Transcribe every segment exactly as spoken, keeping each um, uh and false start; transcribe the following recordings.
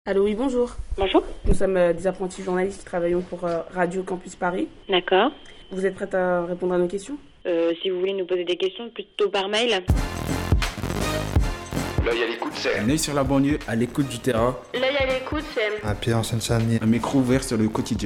Allô, oui, bonjour. Bonjour. Nous sommes euh, des apprentis journalistes qui travaillons pour euh, Radio Campus Paris. D'accord. Vous êtes prête à répondre à nos questions ? Euh, si vous voulez nous poser des questions, plutôt par mail. L'œil à l'écoute, c'est... Un œil sur la banlieue, à l'écoute du terrain. L'œil à l'écoute, c'est... Un pied en Seine-Saint-Denis. Un micro ouvert sur le quotidien.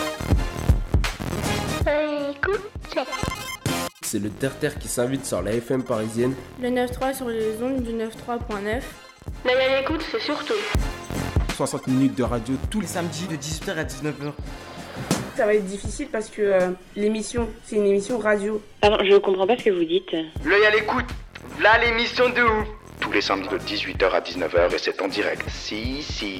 L'œil à l'écoute, c'est... C'est le terre-terre qui s'invite sur la F M parisienne. Le neuf trois sur les ondes du neuf trois point neuf. L'œil à l'écoute, c'est surtout... soixante minutes de radio tous les samedis de dix-huit heures à dix-neuf heures. Ça va être difficile parce que euh, l'émission, c'est une émission radio. Pardon, je comprends pas ce que vous dites. L'œil à l'écoute. Là, l'émission de ouf. Tous les samedis de dix-huit heures à dix-neuf heures et c'est en direct. Si, si.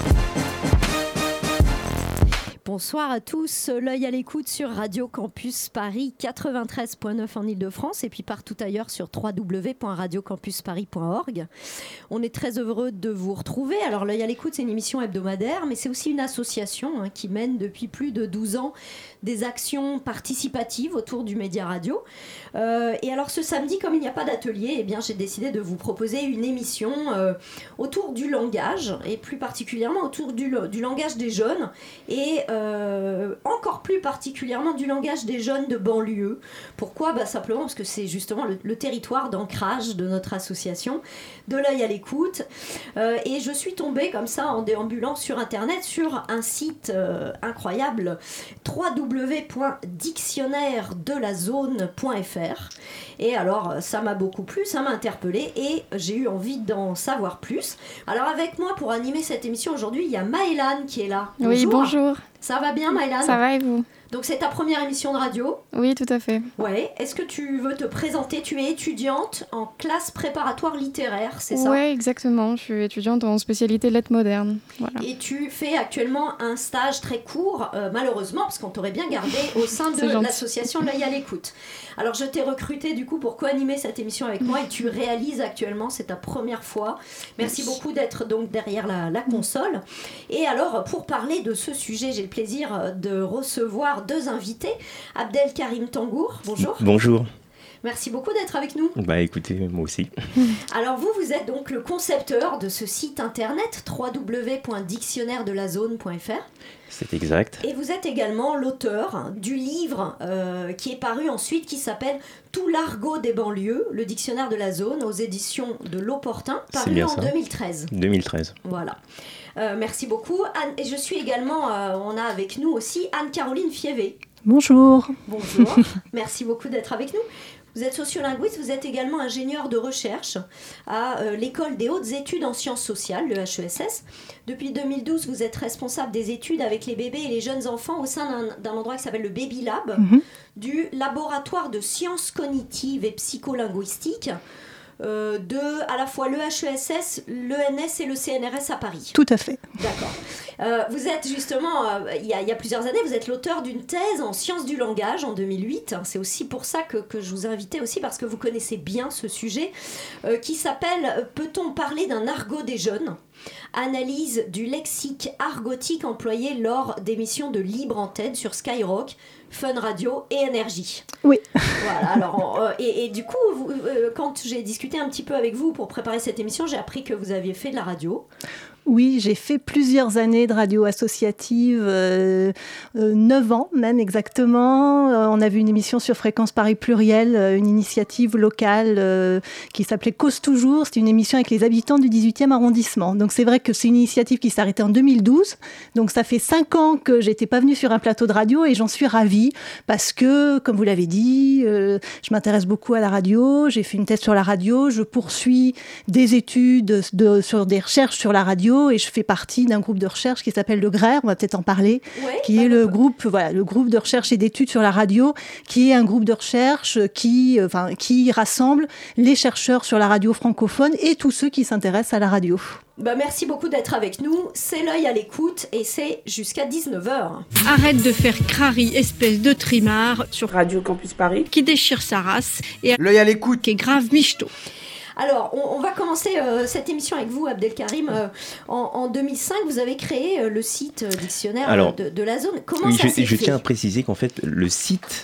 Bonsoir à tous, l'œil à l'écoute sur Radio Campus Paris quatre-vingt-treize point neuf en Ile-de-France et puis partout ailleurs sur w w w point radio campus paris point org. On est très heureux de vous retrouver. Alors l'œil à l'écoute, c'est une émission hebdomadaire, mais c'est aussi une association hein, qui mène depuis plus de douze ans des actions participatives autour du média radio. Euh, et alors ce samedi, comme il n'y a pas d'atelier, eh bien, j'ai décidé de vous proposer une émission euh, autour du langage, et plus particulièrement autour du, du langage des jeunes, et euh, encore plus particulièrement du langage des jeunes de banlieue. Pourquoi ? Bah, simplement parce que c'est justement le, le territoire d'ancrage de notre association, de l'œil à l'écoute. Euh, et je suis tombée comme ça en déambulant sur Internet sur un site euh, incroyable, w w w point dictionnaire de la zone point f r. Et alors ça m'a beaucoup plu, ça m'a interpellée et j'ai eu envie d'en savoir plus. Alors avec moi pour animer cette émission aujourd'hui, il y a Maëlane qui est là. Bonjour. Oui, bonjour. Ça va bien Maëlane ? Ça va et vous ? Donc c'est ta première émission de radio ? Oui, tout à fait. Ouais. Est-ce que tu veux te présenter ? Tu es étudiante en classe préparatoire littéraire, c'est ça ? Oui, exactement. Je suis étudiante en spécialité lettres modernes. Voilà. Et tu fais actuellement un stage très court, euh, malheureusement, parce qu'on t'aurait bien gardé au sein de l'association L'œil à l'écoute. Alors je t'ai recruté du coup pour co-animer cette émission avec moi et tu réalises actuellement, c'est ta première fois. Merci beaucoup d'être donc derrière la, la console. Et alors pour parler de ce sujet, j'ai le plaisir de recevoir deux invités. Abdelkarim Tangour, bonjour. Bonjour. Merci beaucoup d'être avec nous. Bah écoutez, moi aussi. Alors vous, vous êtes donc le concepteur de ce site internet w w w point dictionnaire de la zone point f r. C'est exact. Et vous êtes également l'auteur du livre euh, qui est paru ensuite, qui s'appelle « Tout l'argot des banlieues, le dictionnaire de la zone » aux éditions de L'Opportun, paru en ça. deux mille treize. deux mille treize. Voilà. Euh, merci beaucoup. Anne, et je suis également, euh, on a avec nous aussi Anne-Caroline Fievé. Bonjour. Bonjour. Merci beaucoup d'être avec nous. Vous êtes sociolinguiste, vous êtes également ingénieur de recherche à euh, l'école des hautes études en sciences sociales, le H E S S. Depuis deux mille douze, vous êtes responsable des études avec les bébés et les jeunes enfants au sein d'un, d'un endroit qui s'appelle le Baby Lab, mm-hmm. du laboratoire de sciences cognitives et psycholinguistiques euh, de à la fois le H E S S, l'E N S et le C N R S à Paris. Tout à fait. D'accord. Euh, vous êtes justement, euh, il, y a, il y a plusieurs années, vous êtes l'auteur d'une thèse en sciences du langage en deux mille huit. C'est aussi pour ça que, que je vous invitais aussi, parce que vous connaissez bien ce sujet, euh, qui s'appelle « Peut-on parler d'un argot des jeunes ?» Analyse du lexique argotique employé lors d'émissions de Libre Antenne sur Skyrock, Fun Radio et Énergie. Oui. Voilà, alors, euh, et, et du coup, vous, euh, quand j'ai discuté un petit peu avec vous pour préparer cette émission, j'ai appris que vous aviez fait de la radio. Oui, j'ai fait plusieurs années de radio associative, euh, euh, neuf ans même exactement. Euh, on avait une émission sur Fréquence Paris Pluriel, euh, une initiative locale euh, qui s'appelait Cause Toujours. C'était une émission avec les habitants du dix-huitième arrondissement. Donc c'est vrai que c'est une initiative qui s'est arrêtée en deux mille douze. Donc ça fait cinq ans que j'étais pas venue sur un plateau de radio et j'en suis ravie parce que, comme vous l'avez dit, euh, je m'intéresse beaucoup à la radio. J'ai fait une thèse sur la radio. Je poursuis des études de, sur des recherches sur la radio. Et je fais partie d'un groupe de recherche qui s'appelle le G R E R, on va peut-être en parler, ouais, qui est le groupe, voilà, le groupe de recherche et d'études sur la radio, qui est un groupe de recherche qui, enfin, qui rassemble les chercheurs sur la radio francophone et tous ceux qui s'intéressent à la radio. Bah merci beaucoup d'être avec nous. C'est l'œil à l'écoute et c'est jusqu'à dix-neuf heures. Arrête de faire crari, espèce de trimard, sur Radio Campus Paris, qui déchire sa race et l'œil à l'écoute, qui est grave michto. Alors, on, on va commencer euh, cette émission avec vous, Abdelkarim. Euh, en, en deux mille cinq, vous avez créé euh, le site euh, dictionnaire Alors, de, de la zone. Comment oui, ça je, s'est je fait ? tiens à préciser qu'en fait, le site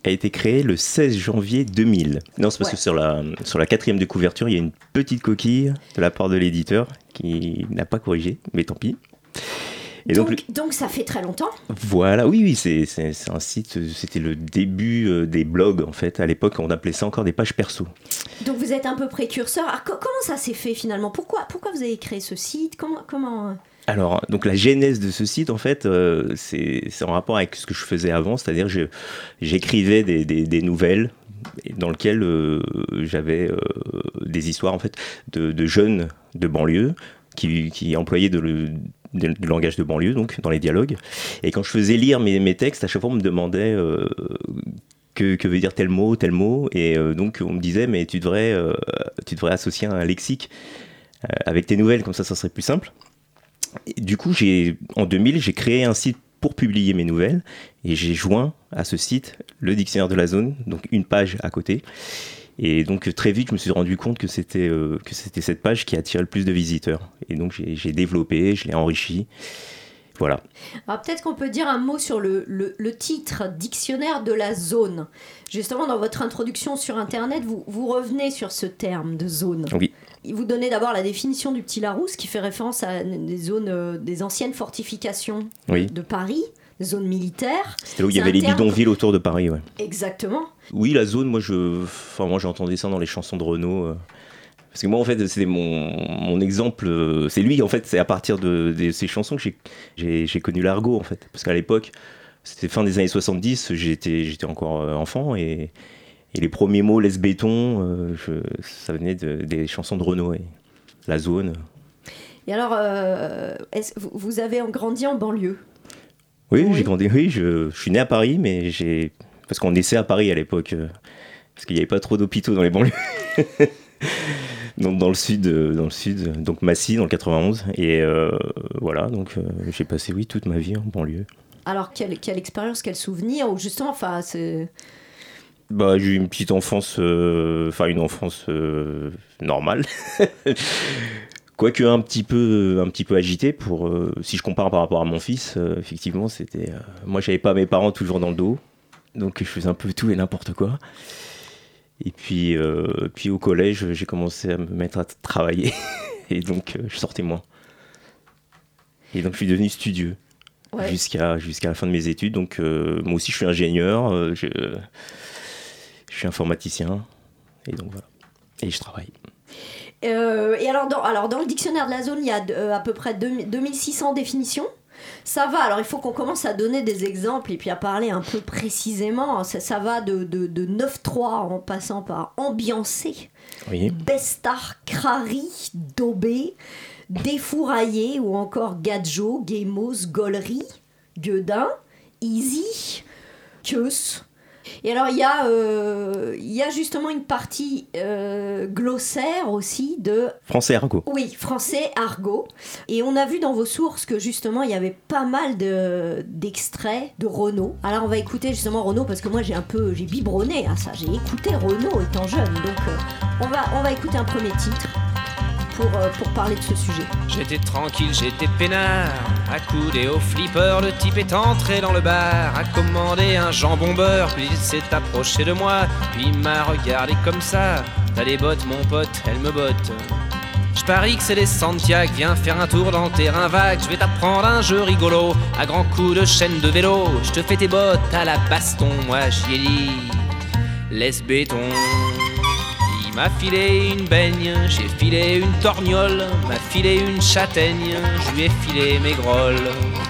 a été créé le seize janvier deux mille. Non, c'est parce ouais. que sur la, sur la quatrième de couverture, il y a une petite coquille de la part de l'éditeur qui n'a pas corrigé, mais tant pis. Et donc, donc, donc ça fait très longtemps. Voilà, oui, oui, c'est, c'est, c'est un site, c'était le début euh, des blogs en fait. À l'époque, on appelait ça encore des pages perso. Donc vous êtes un peu précurseur. Alors, co- comment ça s'est fait finalement ? Pourquoi, pourquoi vous avez créé ce site ? Comment, comment... Alors, donc la genèse de ce site, en fait, euh, c'est, c'est en rapport avec ce que je faisais avant, c'est-à-dire je, j'écrivais des, des, des nouvelles dans lesquelles euh, j'avais euh, des histoires en fait de, de jeunes de banlieue qui, qui employaient de le du langage de banlieue, donc dans les dialogues. Et quand je faisais lire mes, mes textes, à chaque fois on me demandait euh, que, que veut dire tel mot, tel mot, et euh, donc on me disait mais tu devrais, euh, tu devrais associer un lexique euh, avec tes nouvelles, comme ça ça serait plus simple. Et du coup, j'ai, en deux mille, j'ai créé un site pour publier mes nouvelles, et j'ai joint à ce site le dictionnaire de la zone, donc une page à côté. Et donc très vite, je me suis rendu compte que c'était, euh, que c'était cette page qui attirait le plus de visiteurs. Et donc j'ai, j'ai développé, je l'ai enrichi. Voilà. Alors peut-être qu'on peut dire un mot sur le, le, le titre « Dictionnaire de la zone ». Justement, dans votre introduction sur Internet, vous, vous revenez sur ce terme de zone. Oui. Vous donnez d'abord la définition du Petit Larousse, qui fait référence à des zones, euh, des anciennes fortifications oui. de Paris, des zones militaires. C'était là où il y avait les terme... bidonvilles autour de Paris, ouais. Exactement. Oui, la zone, moi, je, enfin, moi, j'entendais ça dans les chansons de Renaud. Euh... Parce que moi, en fait, c'est mon, mon exemple. Euh, c'est lui, en fait, c'est à partir de, de ces chansons que j'ai, j'ai, j'ai connu l'argot, en fait. Parce qu'à l'époque, c'était fin des années soixante-dix, j'étais, j'étais encore euh, enfant, et, et les premiers mots, laisse-béton, euh, je, ça venait de, des chansons de Renaud, et la zone. Et alors, euh, est-ce, vous avez grandi en banlieue ? Oui, oui, j'ai grandi. Oui, je, je suis né à Paris, mais j'ai parce qu'on naissait à Paris à l'époque, euh, parce qu'il n'y avait pas trop d'hôpitaux dans les banlieues. Donc dans le sud, euh, dans le sud, donc Massy dans le quatre-vingt-onze, et euh, voilà, donc euh, j'ai passé oui toute ma vie en banlieue. Alors quelle, quelle expérience, quel souvenir, ou justement, enfin c'est. Bah j'ai eu une petite enfance, enfin euh, une enfance euh, normale. Quoique un petit peu, un petit peu agité, pour, euh, si je compare par rapport à mon fils, euh, effectivement, c'était... Euh, moi, j'avais pas mes parents toujours dans le dos, donc je faisais un peu tout et n'importe quoi. Et puis, euh, puis au collège, j'ai commencé à me mettre à travailler, et donc euh, je sortais moins. Et donc je suis devenu studieux, ouais. jusqu'à, jusqu'à la fin de mes études. Donc euh, moi aussi, je suis ingénieur, euh, je, je suis informaticien, et donc voilà. Et je travaille. Euh, et alors dans, alors dans le dictionnaire de la zone, il y a euh, à peu près deux mille six cents définitions. Ça va, alors il faut qu'on commence à donner des exemples et puis à parler un peu précisément. Ça, ça va de, de, de neuf trois en passant par ambiancé, oui. Bestard, crari, daubé, défouraillé ou encore gadjo, guémos, gaulerie, gueudin, easy, queus. Et alors il y a euh, il y a justement une partie euh, glossaire aussi de français argot. Oui, français argot. Et on a vu dans vos sources que justement il y avait pas mal de d'extraits de Renaud. Alors on va écouter justement Renaud parce que moi j'ai un peu j'ai biberonné à ça. J'ai écouté Renaud étant jeune. Donc euh, on va on va écouter un premier titre. Pour, euh, pour parler de ce sujet. J'étais tranquille, j'étais peinard, accoudé au flipper, le type est entré dans le bar, a commandé un jambon beurre, puis il s'est approché de moi, puis il m'a regardé comme ça. T'as des bottes mon pote, elle me botte. Je parie que c'est des Santiago, viens faire un tour dans le terrain vague, je vais t'apprendre un jeu rigolo, à grands coups de chaîne de vélo, je te fais tes bottes à la baston, moi j'y ai dit, laisse béton. M'a filé une baigne, j'ai filé une torgnole, m'a filé une châtaigne, je lui ai filé mes grolles.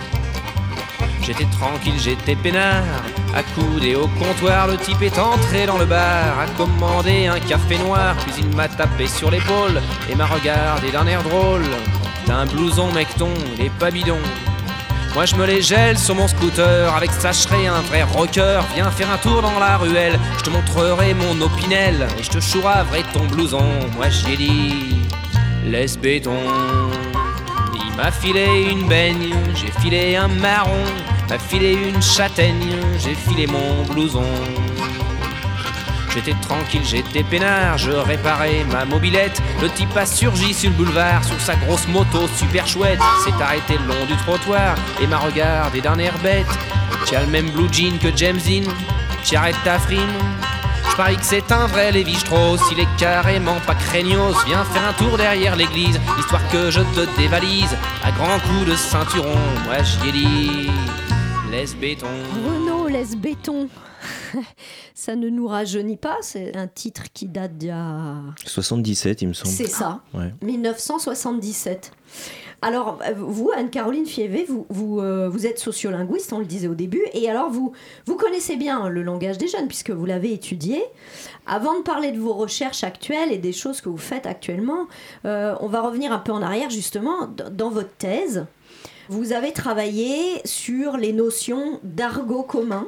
J'étais tranquille, j'étais peinard, accoudé au comptoir, le type est entré dans le bar, a commandé un café noir, puis il m'a tapé sur l'épaule et m'a regardé d'un air drôle. T'as un blouson mecton, il est pas bidon. Moi je me les gèle sur mon scooter, avec ça je serai un vrai rocker. Viens faire un tour dans la ruelle, je te montrerai mon opinel, et je te chouraverai ton blouson. Moi j'y ai dit, laisse béton. Il m'a filé une baigne, j'ai filé un marron, m'a filé une châtaigne, j'ai filé mon blouson. J'étais tranquille, j'étais peinard, je réparais ma mobilette. Le type a surgi sur le boulevard, sur sa grosse moto super chouette. S'est arrêté le long du trottoir et m'a regardé d'un air bête. Tu as le même blue jean que James Dean, tu arrêtes ta frime. Je parie que c'est un vrai Lévi-Strauss, il est carrément pas craignos. Viens faire un tour derrière l'église, histoire que je te dévalise à grands coups de ceinturon. Moi j'y ai dit, laisse béton. Renaud, laisse béton. Ça ne nous rajeunit pas, c'est un titre qui date d'il y a... soixante-dix-sept, il me semble. C'est ça, ouais. dix-neuf cent soixante-dix-sept. Alors, vous, Anne-Caroline Fievé, vous, vous, euh, vous êtes sociolinguiste, on le disait au début, et alors vous, vous connaissez bien le langage des jeunes, puisque vous l'avez étudié. Avant de parler de vos recherches actuelles et des choses que vous faites actuellement, euh, on va revenir un peu en arrière, justement, dans votre thèse. Vous avez travaillé sur les notions d'argot commun,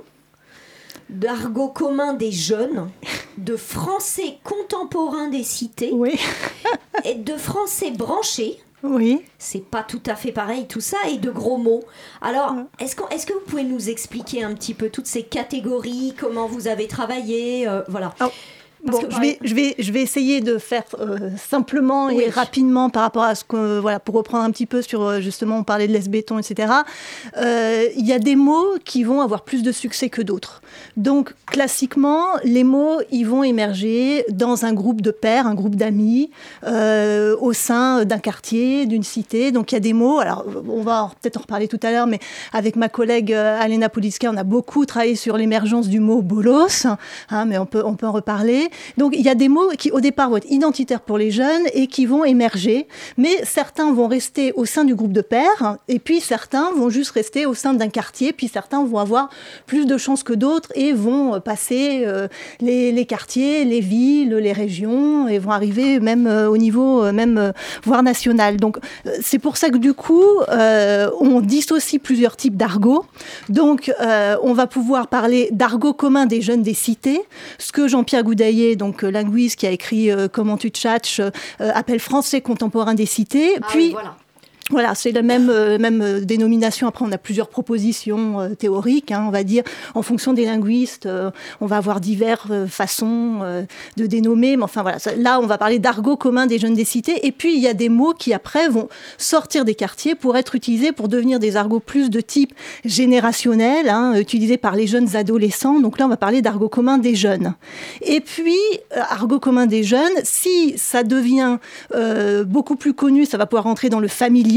d'argot commun des jeunes, de français contemporain des cités, oui. et de français branché. Oui. C'est pas tout à fait pareil tout ça, et de gros mots. Alors, est-ce, qu'on, est-ce que vous pouvez nous expliquer un petit peu toutes ces catégories, comment vous avez travaillé, euh, voilà. Oh. Bon, je vais, je, vais, je vais essayer de faire euh, simplement et oui. rapidement par rapport à ce que, voilà, pour reprendre un petit peu sur, justement, on parlait de laisse-béton, et cetera. Euh, il y a des mots qui vont avoir plus de succès que d'autres. Donc, classiquement, les mots, ils vont émerger dans un groupe de pairs, un groupe d'amis, euh, au sein d'un quartier, d'une cité. Donc, il y a des mots, alors, on va peut-être en reparler tout à l'heure, mais avec ma collègue euh, Alena Poliska, on a beaucoup travaillé sur l'émergence du mot bolos, hein, mais on peut, on peut en reparler. Donc, il y a des mots qui, au départ, vont être identitaires pour les jeunes et qui vont émerger, mais certains vont rester au sein du groupe de pairs, et puis certains vont juste rester au sein d'un quartier, puis certains vont avoir plus de chances que d'autres et vont passer euh, les, les quartiers, les villes, les régions, et vont arriver même euh, au niveau, euh, même, euh, voire national. Donc, euh, c'est pour ça que, du coup, euh, on dissocie plusieurs types d'argot. Donc, euh, on va pouvoir parler d'argot commun des jeunes des cités, ce que Jean-Pierre Goudaillet, donc euh, linguiste qui a écrit euh, Comment tu tchatches, euh, appelle français contemporain des cités. Ah Puis, oui, voilà. Voilà, c'est la même, euh, même euh, dénomination. Après, on a plusieurs propositions euh, théoriques, hein, on va dire, en fonction des linguistes, euh, on va avoir diverses euh, façons euh, de dénommer. Mais enfin, voilà, ça, là, on va parler d'argot commun des jeunes des cités. Et puis, il y a des mots qui, après, vont sortir des quartiers pour être utilisés, pour devenir des argots plus de type générationnel, hein, utilisés par les jeunes adolescents. Donc là, on va parler d'argot commun des jeunes. Et puis, euh, argot commun des jeunes, si ça devient euh, beaucoup plus connu, ça va pouvoir rentrer dans le familier,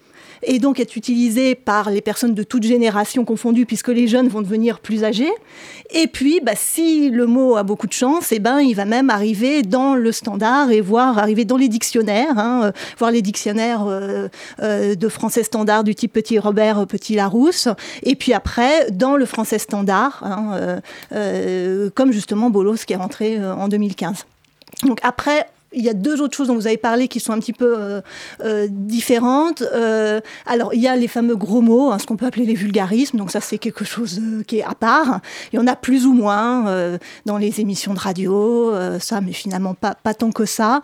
et donc être utilisé par les personnes de toute génération confondues, puisque les jeunes vont devenir plus âgés. Et puis, bah, si le mot a beaucoup de chance, eh ben, il va même arriver dans le standard et voire arriver dans les dictionnaires, hein, euh, voir les dictionnaires euh, euh, de français standard du type Petit Robert, Petit Larousse, et puis après, dans le français standard, hein, euh, euh, comme justement Bolos qui est rentré euh, en deux mille quinze. Donc après, il y a deux autres choses dont vous avez parlé qui sont un petit peu euh, euh, différentes. Euh, alors, il y a les fameux gros mots, hein, ce qu'on peut appeler les vulgarismes. Donc ça, c'est quelque chose euh, qui est à part. Il y en a plus ou moins euh, dans les émissions de radio, euh, ça, mais finalement pas, pas tant que ça.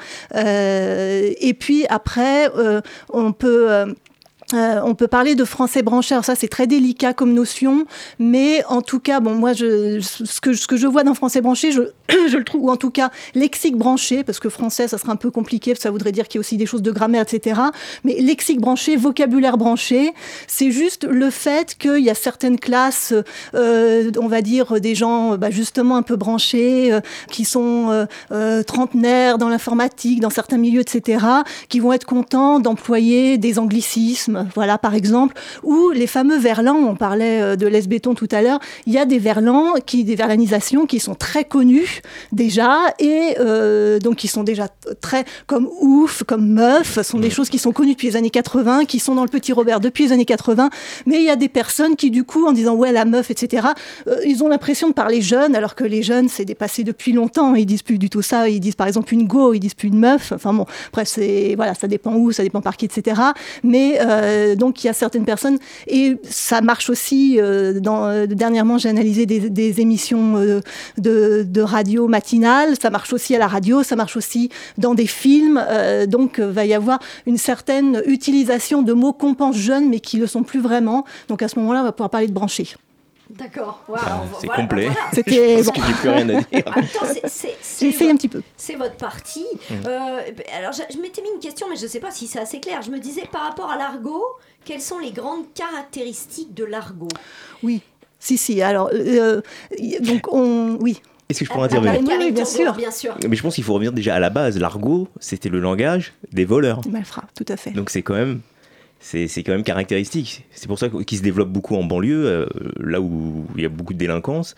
Euh, et puis après, euh, on peut... Euh, Euh, on peut parler de français branché. Alors ça, c'est très délicat comme notion, mais en tout cas, bon, moi, je, ce, que, ce que je vois dans français branché, je, je le trouve, ou en tout cas, lexique branché, parce que français, ça serait un peu compliqué, parce que ça voudrait dire qu'il y a aussi des choses de grammaire, et cetera. Mais lexique branché, vocabulaire branché, c'est juste le fait qu'il y a certaines classes, euh, on va dire, des gens, bah, justement, un peu branchés, euh, qui sont euh, euh, trentenaires dans l'informatique, dans certains milieux, et cetera, qui vont être contents d'employer des anglicismes. Voilà, par exemple, ou les fameux verlans, on parlait de laisse-béton tout à l'heure, il y a des verlans, qui, des verlanisations qui sont très connues déjà, et euh, donc qui sont déjà très, comme ouf, comme meuf, sont des choses qui sont connues depuis les années quatre-vingts, qui sont dans le Petit Robert depuis les années quatre-vingts, mais il y a des personnes qui, du coup, en disant ouais, la meuf, et cetera, euh, ils ont l'impression de parler jeunes, alors que les jeunes, c'est dépassé depuis longtemps, ils disent plus du tout ça, ils disent par exemple une go, ils disent plus une meuf, enfin bon, après, c'est, voilà, ça dépend où, ça dépend par qui, et cetera, mais euh, donc il y a certaines personnes, et ça marche aussi, euh, dans, euh, dernièrement j'ai analysé des, des émissions euh, de, de radio matinale, ça marche aussi à la radio, ça marche aussi dans des films, euh, donc il euh, va y avoir une certaine utilisation de mots qu'on pense jeunes mais qui ne le sont plus vraiment, donc à ce moment-là on va pouvoir parler de brancher. D'accord. Wow, ah, c'est voilà, complet. Voilà. C'était bon. Parce qu'il n'y a plus rien à dire. Attends, c'est, c'est, c'est J'ai essayé votre, un petit peu. C'est votre partie. Mmh. Euh, alors, je, je m'étais mis une question, mais je ne sais pas si c'est assez clair. Je me disais, par rapport à l'argot, quelles sont les grandes caractéristiques de l'argot ? Oui. Si, si. Alors, euh, donc, on... Oui. Est-ce que je pourrais intervenir ? Oui, bien sûr. bien sûr. Mais je pense qu'il faut revenir déjà à la base. L'argot, c'était le langage des voleurs. Des malfrats, tout à fait. Donc c'est quand même, c'est, c'est quand même caractéristique. C'est pour ça qu'il se développe beaucoup en banlieue, euh, là où il y a beaucoup de délinquance.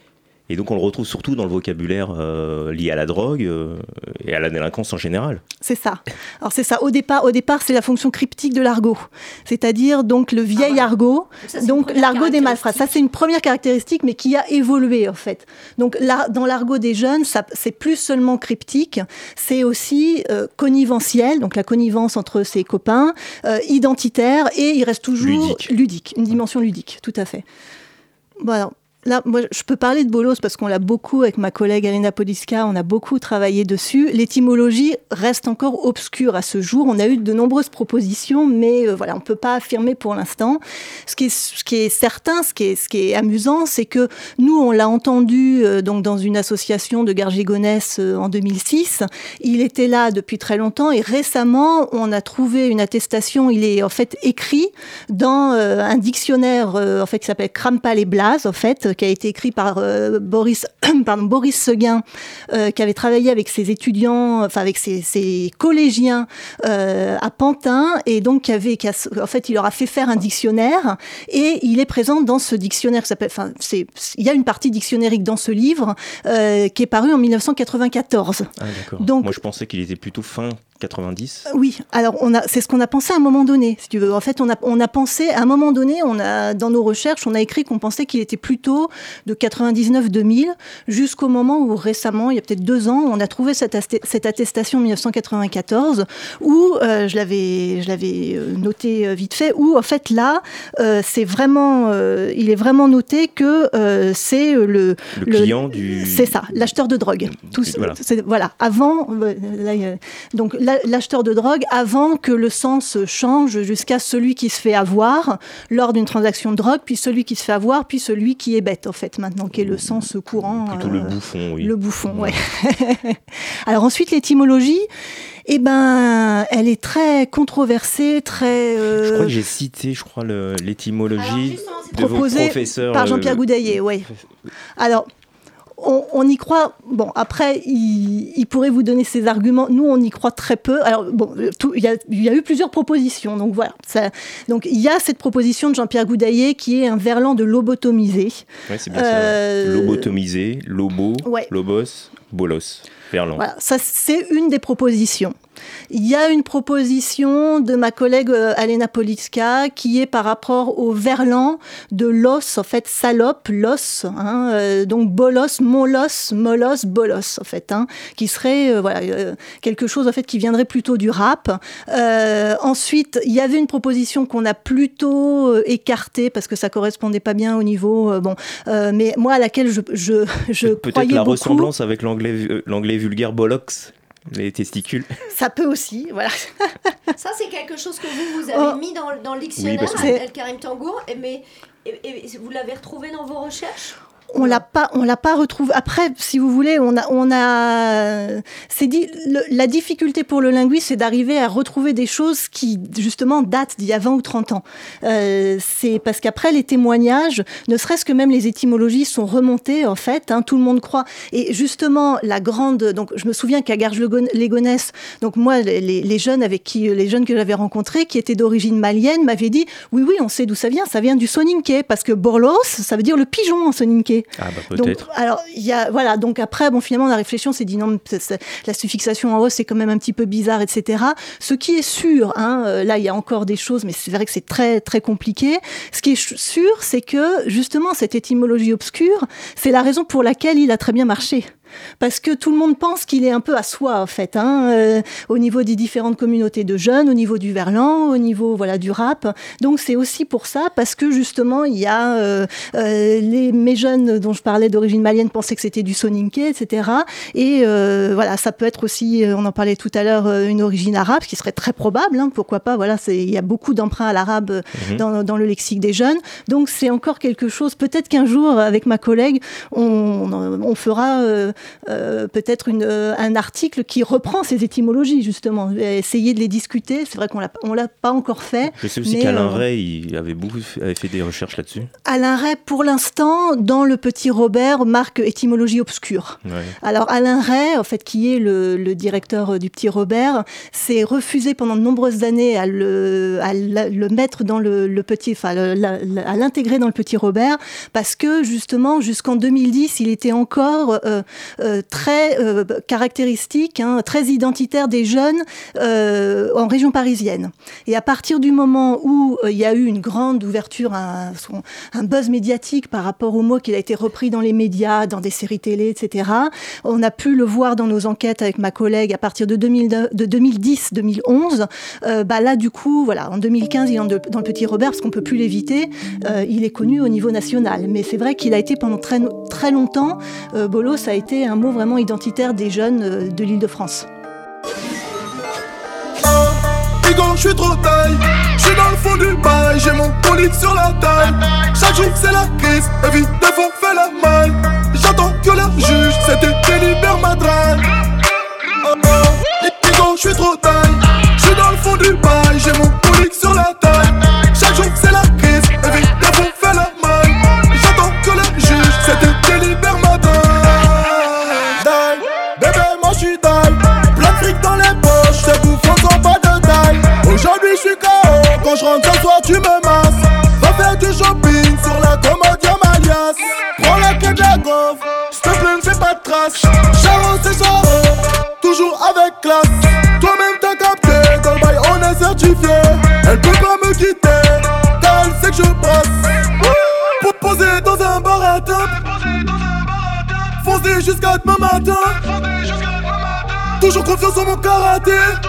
Et donc on le retrouve surtout dans le vocabulaire euh, lié à la drogue euh, et à la délinquance en général. C'est ça. Alors c'est ça. Au départ, au départ, c'est la fonction cryptique de l'argot, c'est-à-dire donc le vieil ah, voilà. argot, ça, donc l'argot des malfrats. Ça c'est une première caractéristique, mais qui a évolué en fait. Donc là, dans l'argot des jeunes, ça, c'est plus seulement cryptique, c'est aussi euh, conniventiel, donc la connivence entre ses copains, euh, identitaire, et il reste toujours ludique. ludique, une dimension ludique, tout à fait. Voilà. Là, moi, je peux parler de bolos parce qu'on l'a beaucoup, avec ma collègue Alena Poliska, on a beaucoup travaillé dessus. L'étymologie reste encore obscure à ce jour. On a eu de nombreuses propositions, mais euh, voilà, on ne peut pas affirmer pour l'instant. Ce qui est, ce qui est certain, ce qui est, ce qui est amusant, c'est que nous, on l'a entendu euh, donc dans une association de Garges-Gonesse euh, en deux mille six. Il était là depuis très longtemps et récemment, on a trouvé une attestation. Il est en fait écrit dans euh, un dictionnaire euh, en fait, qui s'appelle Crampal et Blaze, en fait, qui a été écrit par euh, Boris, pardon, Boris Seguin, euh, qui avait travaillé avec ses étudiants, enfin avec ses, ses collégiens euh, à Pantin, et donc qui avait, qui a, en fait, il leur a fait faire un dictionnaire, et il est présent dans ce dictionnaire qui s'appelle, enfin, c'est, il y a une partie dictionnérique dans ce livre euh, qui est paru en dix-neuf cent quatre-vingt-quatorze. Ah d'accord. Donc, moi je pensais qu'il était plutôt fin quatre-vingt-dix. Oui, alors on a, c'est ce qu'on a pensé à un moment donné, si tu veux. En fait, on a, on a pensé, à un moment donné, on a, dans nos recherches, on a écrit qu'on pensait qu'il était plutôt de quatre-vingt-dix-neuf deux mille, jusqu'au moment où récemment, il y a peut-être deux ans, on a trouvé cette, aste- cette attestation dix-neuf cent quatre-vingt-quatorze, où, euh, je l'avais, je l'avais noté vite fait, où en fait là, euh, c'est vraiment, euh, il est vraiment noté que euh, c'est le... Le, le client du... C'est ça, l'acheteur de drogue. Tout, voilà. C'est, voilà, avant... Là, donc, l'acheteur de drogue avant que le sens change jusqu'à celui qui se fait avoir lors d'une transaction de drogue, puis celui qui se fait avoir, puis celui qui est bête, en fait, maintenant, qui est le sens courant. Plutôt euh, le bouffon, oui. Le bouffon, oui. Ouais. Alors ensuite, l'étymologie, eh ben, elle est très controversée, très... Euh... Je crois que j'ai cité, je crois, le, l'étymologie de vos professeurs... par Jean-Pierre euh... Goudaillet, oui. Alors... On, on y croit, bon, après, il, il pourrait vous donner ses arguments. Nous, on y croit très peu. Alors, bon, tout, il, y a, il y a eu plusieurs propositions. Donc, voilà. Ça, donc, il y a cette proposition de Jean-Pierre Goudaillet qui est un verlan de lobotomisé. Oui, c'est bien euh... ça. Lobotomisé, lobo, ouais. lobos, bolos. Verlan. Voilà, ça, c'est une des propositions. Il y a une proposition de ma collègue euh, Alena Poliska qui est par rapport au verlan de l'os, en fait, salope, l'os, hein, euh, donc bolos, molos, molos, bolos, en fait, hein, qui serait euh, voilà, euh, quelque chose en fait, qui viendrait plutôt du rap. Euh, ensuite, il y avait une proposition qu'on a plutôt euh, écartée parce que ça correspondait pas bien au niveau, euh, bon, euh, mais moi à laquelle je, je, je Peut-être croyais la beaucoup. ressemblance avec l'anglais, euh, l'anglais vulgaire bollocks. Les testicules. Ça peut aussi, voilà. Ça, c'est quelque chose que vous, vous avez oh. mis dans, dans le dictionnaire, oui, El Karim Tangour, mais et, et vous l'avez retrouvé dans vos recherches ? On l'a pas, on l'a pas retrouvé. Après, si vous voulez, on a, on a, c'est dit, le, la difficulté pour le linguiste, c'est d'arriver à retrouver des choses qui, justement, datent d'il y a vingt ou trente ans. Euh, c'est parce qu'après, les témoignages, ne serait-ce que même les étymologies sont remontées, en fait, hein, tout le monde croit. Et justement, la grande, donc, je me souviens qu'à Garges-les-Gonesse, donc moi, les, les jeunes avec qui, les jeunes que j'avais rencontrés, qui étaient d'origine malienne, m'avaient dit, oui, oui, on sait d'où ça vient, ça vient du soninké, parce que borlos, ça veut dire le pigeon en soninké. Ah bah peut-être. Donc, alors, il y a, voilà, donc après, bon, finalement, on a réfléchi, on s'est dit non, c'est, c'est, la suffixation en os, c'est quand même un petit peu bizarre, et cetera. Ce qui est sûr, hein, euh, là, il y a encore des choses, mais c'est vrai que c'est très, très compliqué. Ce qui est sûr, c'est que, justement, cette étymologie obscure, c'est la raison pour laquelle il a très bien marché. Parce que tout le monde pense qu'il est un peu à soi, en fait, hein, euh, au niveau des différentes communautés de jeunes, au niveau du verlan, au niveau voilà, du rap. Donc c'est aussi pour ça, parce que justement, il y a euh, euh, les, mes jeunes dont je parlais d'origine malienne pensaient que c'était du soninké, et cetera. Et euh, voilà, ça peut être aussi, on en parlait tout à l'heure, une origine arabe, ce qui serait très probable, hein, pourquoi pas, voilà, c'est, il y a beaucoup d'emprunts à l'arabe mmh. dans, dans le lexique des jeunes. Donc c'est encore quelque chose, peut-être qu'un jour, avec ma collègue, on, on fera... Euh, euh, peut-être une, euh, un article qui reprend ces étymologies, justement, essayer de les discuter. C'est vrai qu'on l'a, on l'a pas encore fait. Je sais aussi mais, qu'Alain euh, Ray il avait, beaucoup, avait fait des recherches là-dessus. Alain Ray, pour l'instant, dans le Petit Robert, marque étymologie obscure. Ouais. Alors Alain Ray, en fait, qui est le, le directeur du Petit Robert, s'est refusé pendant de nombreuses années à le, à le mettre dans le, le petit, enfin, le, la, la, à l'intégrer dans le Petit Robert, parce que justement, jusqu'en deux mille dix, il était encore euh, euh, très euh, caractéristique, hein, très identitaire des jeunes euh, en région parisienne. Et à partir du moment où euh, il y a eu une grande ouverture, un, un buzz médiatique par rapport au mot qu'il a été repris dans les médias, dans des séries télé, et cetera, on a pu le voir dans nos enquêtes avec ma collègue à partir de, deux mille, de deux mille dix deux mille onze. Euh, bah là, du coup, voilà, en deux mille quinze, il est dans, dans le Petit Robert parce qu'on peut plus l'éviter. Euh, il est connu au niveau national. Mais c'est vrai qu'il a été pendant très, très longtemps, euh, bolos a été un mot vraiment identitaire des jeunes euh, de l'Île-de-France. Bigo, je suis trop taille, je suis dans le fond du bail, j'ai mon bolide sur la taille. Chaque jour c'est la crise, évite de fond, fais la maille. J'attends que le juge, c'était délibère ma drague. Oh oh, Bigo, je suis trop taille, je suis dans le fond du bail, j'ai mon bolide sur la taille. Chaque jour c'est la crise, évite de fond, fais la maille. J'attends que le juge, c'était délibère ma drague. Bébé, moi je suis taille, plein de fric dans les poches, c'est bouffant sans pas de taille. Aujourd'hui je suis K O, quand je rentre ce soir tu me masses. Va faire du shopping sur la commode Malias. Prends la queue de la gaufre, s'il te plaît ne fais pas de traces. Charo c'est Charo, toujours avec classe. Toi-même t'as capté, dans le bail on est certifié. Elle peut pas me quitter, car elle sait que je brasse. Pour poser dans un bar à top, foncer jusqu'à demain matin. Toujours confiance en mon karaté.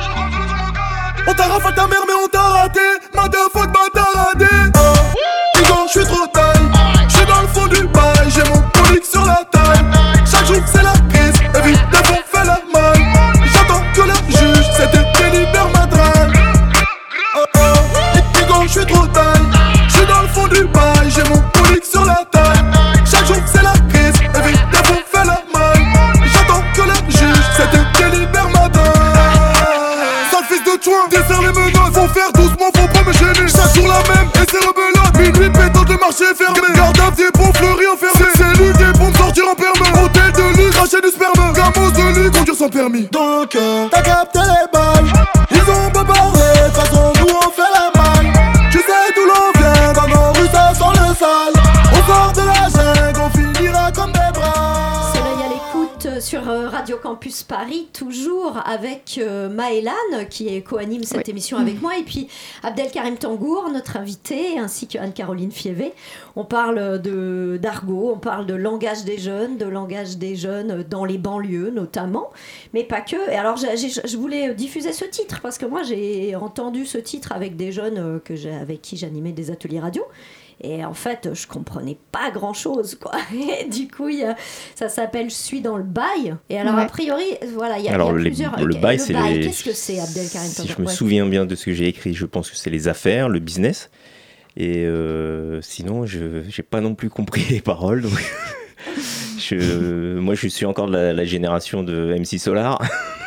On t'a rafale ta mère mais on t'a raté. Motherfuck m'a taradé. Oh, Bigo, je suis trop taille, je suis dans le fond du bail, j'ai mon colique sur la taille. Chaque jour c'est la crise, évite de fond, fais la maille. J'attends que le juge, c'était délibère ma drague. Oh oh, Bigo, je suis trop taille, je suis dans le fond du bail, j'ai mon colique sur la taille. Chaque jour c'est la crise, évite de fond, fais la maille. J'attends que le juge, c'était délibère ma drague. Sale fils de chouin, desserre les menottes, faut faire doucement, faut pas me gêner. Chaque jour la même, et c'est rebelote. Minuit pétant, le marché fermé. Garde à pied, bon fleuri enfermé. C'est lui qui est pour me sortir en perme. Hôtel de luxe, cracher du sperme. Gamos de lit, conduire sans permis. Donc, euh, t'as capté les balles. Ils ont beau parler, de toute façon, nous on fait la malle. Tu sais d'où l'on vient, dans nos rues ça sent le sale. On sort de la jungle, on finira comme des bras. Soleil à l'écoute sur Radio Campus Paris, toujours avec euh, Maëlan qui est co-anime cette oui. émission avec moi, et puis Abdelkarim Tangour, notre invité, ainsi que Anne-Caroline Fievé. On parle de, d'argot, on parle de langage des jeunes, de langage des jeunes dans les banlieues notamment, mais pas que. Et alors j'ai, j'ai, je voulais diffuser ce titre parce que moi j'ai entendu ce titre avec des jeunes que j'ai, avec qui j'animais des ateliers radio. Et en fait, je comprenais pas grand-chose, quoi. Et du coup, y a, ça s'appelle « Je suis dans le bail ». Et alors, ouais. a priori, voilà, il y a, alors, y a les, plusieurs... Le bail, le c'est bail, les... Qu'est-ce que c'est, Abdelkarim? Si je me ouais. souviens bien de ce que j'ai écrit, je pense que c'est les affaires, le business. Et euh, sinon, je n'ai pas non plus compris les paroles. Donc je, moi, je suis encore de la, la génération de M C Solar.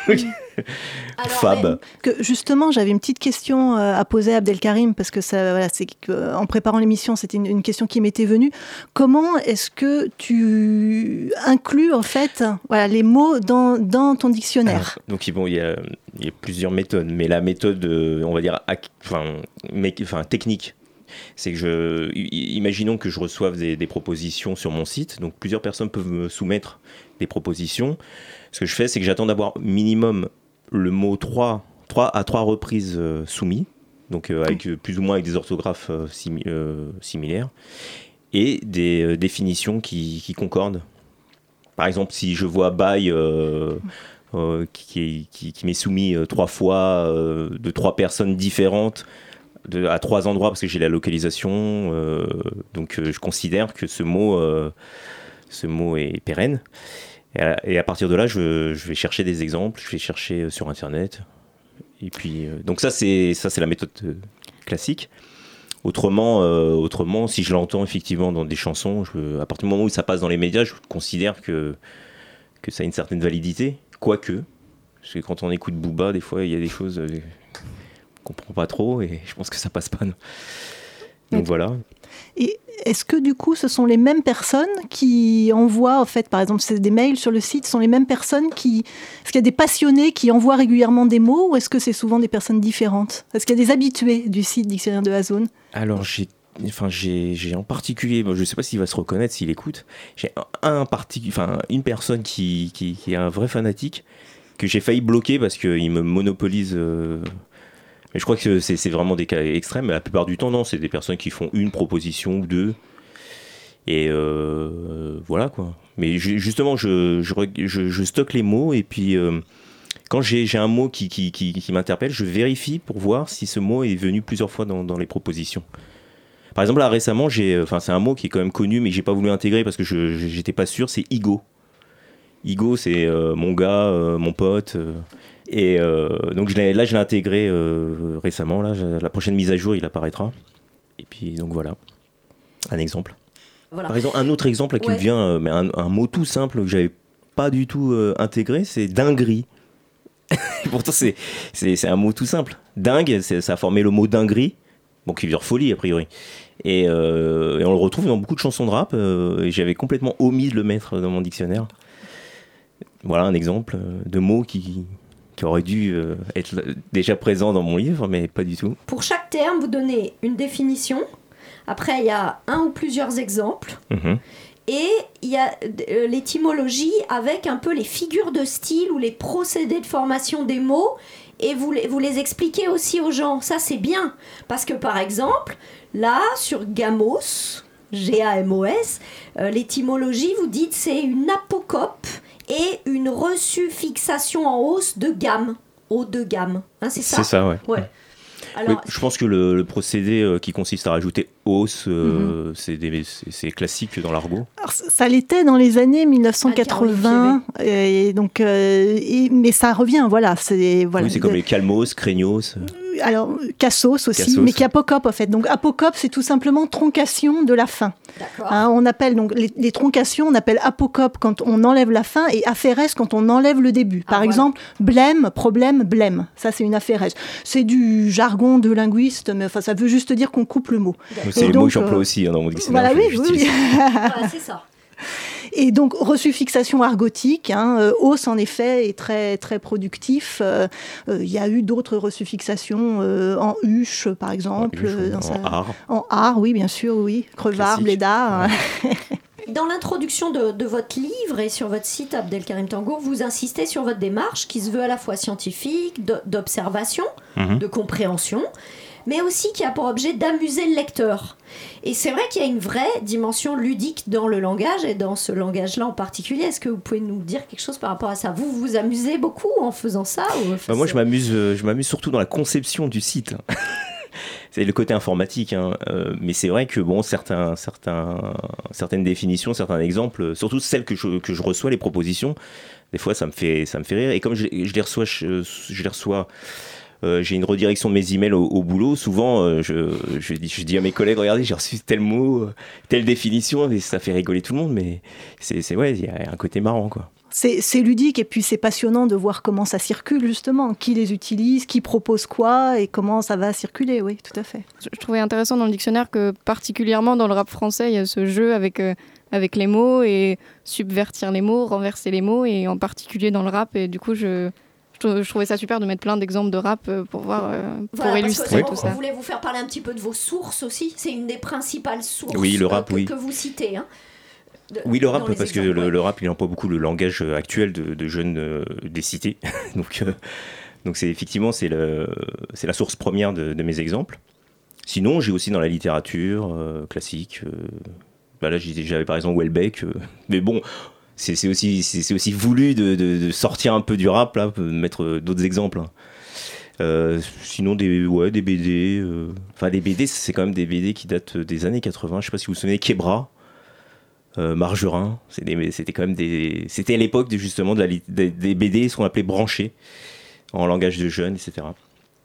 Alors, Fab. Que justement, j'avais une petite question à poser à Abdelkarim parce que ça, voilà, c'est que, en préparant l'émission, c'était une, une question qui m'était venue. Comment est-ce que tu inclus en fait, voilà, les mots dans, dans ton dictionnaire? Alors, donc bon, il y a, il y a plusieurs méthodes, mais la méthode, on va dire, enfin, enfin technique. C'est que je, imaginons que je reçoive des, des propositions sur mon site, donc plusieurs personnes peuvent me soumettre des propositions. Ce que je fais, c'est que j'attends d'avoir minimum le mot trois, trois à trois reprises euh, soumis, donc euh, avec, euh, plus ou moins avec des orthographes euh, simi- euh, similaires, et des euh, définitions qui, qui concordent. Par exemple, si je vois bail euh, euh, qui, qui, qui m'est soumis euh, trois fois euh, de trois personnes différentes, De, à trois endroits parce que j'ai la localisation, euh, donc euh, je considère que ce mot, euh, ce mot est pérenne. Et à, et à partir de là, je, je vais chercher des exemples, je vais chercher sur Internet. Et puis, euh, donc ça c'est, ça, c'est la méthode euh, classique. Autrement, euh, autrement, si je l'entends effectivement dans des chansons, je, à partir du moment où ça passe dans les médias, je considère que, que ça a une certaine validité, quoique, parce que quand on écoute Booba, des fois il y a des choses euh, qu'on comprend pas trop et je pense que ça passe pas. Non. Donc voilà. Et est-ce que du coup, ce sont les mêmes personnes qui envoient, en fait, par exemple, c'est des mails sur le site, ce sont les mêmes personnes qui... Est-ce qu'il y a des passionnés qui envoient régulièrement des mots ou est-ce que c'est souvent des personnes différentes ? Est-ce qu'il y a des habitués du site Dictionnaire de Ozone ? Alors j'ai, enfin j'ai, j'ai en particulier, bon, je ne sais pas s'il va se reconnaître s'il écoute. J'ai un, un partic... enfin une personne qui, qui, qui est un vrai fanatique que j'ai failli bloquer parce qu'il me monopolise. Euh... Mais je crois que c'est, c'est vraiment des cas extrêmes. Mais la plupart du temps, non, c'est des personnes qui font une proposition ou deux. Et euh, voilà quoi. Mais je, justement, je, je, je, je stocke les mots et puis euh, quand j'ai, j'ai un mot qui, qui, qui, qui m'interpelle, je vérifie pour voir si ce mot est venu plusieurs fois dans, dans les propositions. Par exemple, là récemment, j'ai, enfin, c'est un mot qui est quand même connu, mais que j'ai pas voulu intégrer parce que je, je j'étais pas sûr. C'est Igo. Igo, c'est euh, mon gars, euh, mon pote. Euh, Et euh, donc je l'ai, là, je l'ai intégré euh, récemment. Là, la prochaine mise à jour, il apparaîtra. Et puis, donc voilà, un exemple. Voilà. Par exemple, un autre exemple là, qui ouais. me vient, euh, mais un, un mot tout simple que j'avais pas du tout euh, intégré, c'est dinguerie. Pourtant, c'est, c'est, c'est un mot tout simple. Dingue, c'est, ça a formé le mot dinguerie, bon, qui veut dire folie a priori. Et, euh, et on le retrouve dans beaucoup de chansons de rap. Euh, et j'avais complètement omis de le mettre dans mon dictionnaire. Voilà un exemple de mot qui qui aurait dû euh, être déjà présent dans mon livre, mais pas du tout. Pour chaque terme, vous donnez une définition. Après, il y a un ou plusieurs exemples. Mmh. Et il y a euh, l'étymologie avec un peu les figures de style ou les procédés de formation des mots. Et vous les, vous les expliquez aussi aux gens. Ça, c'est bien. Parce que, par exemple, là, sur gamos, G A M O S, euh, l'étymologie, vous dites, c'est une apocope et une resuffixation en hausse de gamme, haut de gamme. Hein, c'est ça ? C'est ça, ouais. ouais. Alors, oui, je pense que le, le procédé euh, qui consiste à rajouter hausse, euh, mm-hmm. c'est, des, c'est, c'est classique dans l'argot. Alors, ça l'était dans les années dix-neuf cent quatre-vingts, ah, et donc, euh, et, mais ça revient, voilà. C'est, voilà oui, c'est de... comme les calmos, craignos. Alors, cassos aussi, cassos. Mais qui apocope en fait. Donc, apocope, c'est tout simplement troncation de la fin. Hein, on appelle donc les, les troncations, on appelle apocope quand on enlève la fin et aphérèse quand on enlève le début. Par ah, exemple, voilà. blême, problème, blême. Ça, c'est une aphérèse. C'est du jargon de linguiste, mais enfin, ça veut juste dire qu'on coupe le mot. D'accord. C'est le mot que j'emploie euh... aussi hein, dans mon dictionnaire. Voilà, oui, oui, oui. Voilà, c'est ça. Et donc, resuffixation argotique, hein, euh, hausse en effet est très, très productif. Il euh, euh, y a eu d'autres resuffixations euh, en huche, par exemple. En, huche, euh, dans en sa... art. En art, oui, bien sûr, oui. Crevard, Classique. Blédard. Ouais. Dans l'introduction de, de votre livre et sur votre site Abdelkarim Tangour, vous insistez sur votre démarche qui se veut à la fois scientifique, de, d'observation, mmh. de compréhension, mais aussi qui a pour objet d'amuser le lecteur. Et c'est vrai qu'il y a une vraie dimension ludique dans le langage, et dans ce langage-là en particulier. Est-ce que vous pouvez nous dire quelque chose par rapport à ça ? Vous vous amusez beaucoup en faisant ça ou... bah Moi, je m'amuse, je m'amuse surtout dans la conception du site. C'est le côté informatique, hein. euh, mais c'est vrai que bon, certains, certains, certaines définitions, certains exemples, surtout celles que je, que je reçois, les propositions, des fois ça me fait, ça me fait rire. Et comme je, je les reçois, je, je les reçois euh, j'ai une redirection de mes emails au, au boulot. Souvent, euh, je, je, dis, je dis à mes collègues, regardez, j'ai reçu tel mot, telle définition, et ça fait rigoler tout le monde, mais c'est, c'est ouais, il y a un côté marrant, quoi. C'est, c'est ludique et puis c'est passionnant de voir comment ça circule justement, qui les utilise, qui propose quoi et comment ça va circuler, oui, tout à fait. Je trouvais intéressant dans le dictionnaire que particulièrement dans le rap français, il y a ce jeu avec, euh, avec les mots et subvertir les mots, renverser les mots et en particulier dans le rap et du coup je... Je trouvais ça super de mettre plein d'exemples de rap pour voir, euh, voilà, pour illustrer tout on, ça. On voulait vous faire parler un petit peu de vos sources aussi. C'est une des principales sources oui, le rap, euh, que, oui. que vous citez. Hein, de, oui, le rap, parce exemples, que le, ouais. le rap, il emploie beaucoup le langage actuel de, de jeunes euh, des cités. donc, euh, donc c'est effectivement c'est, le, c'est la source première de, de mes exemples. Sinon, j'ai aussi dans la littérature euh, classique. Euh, bah là, j'avais par exemple Houellebecq. Euh, mais bon... C'est, c'est, aussi, c'est, c'est aussi voulu de, de, de sortir un peu du rap, là, de mettre d'autres exemples. Euh, sinon, des, ouais, des B D. Euh, enfin, des B D, c'est quand même des B D qui datent des années quatre-vingts. Je ne sais pas si vous vous souvenez, Kebra, euh, Margerin. C'est des, c'était quand même des. C'était à l'époque, de, justement, de la, des, des B D, ce qu'on appelait branchés, en langage de jeunes, et cetera.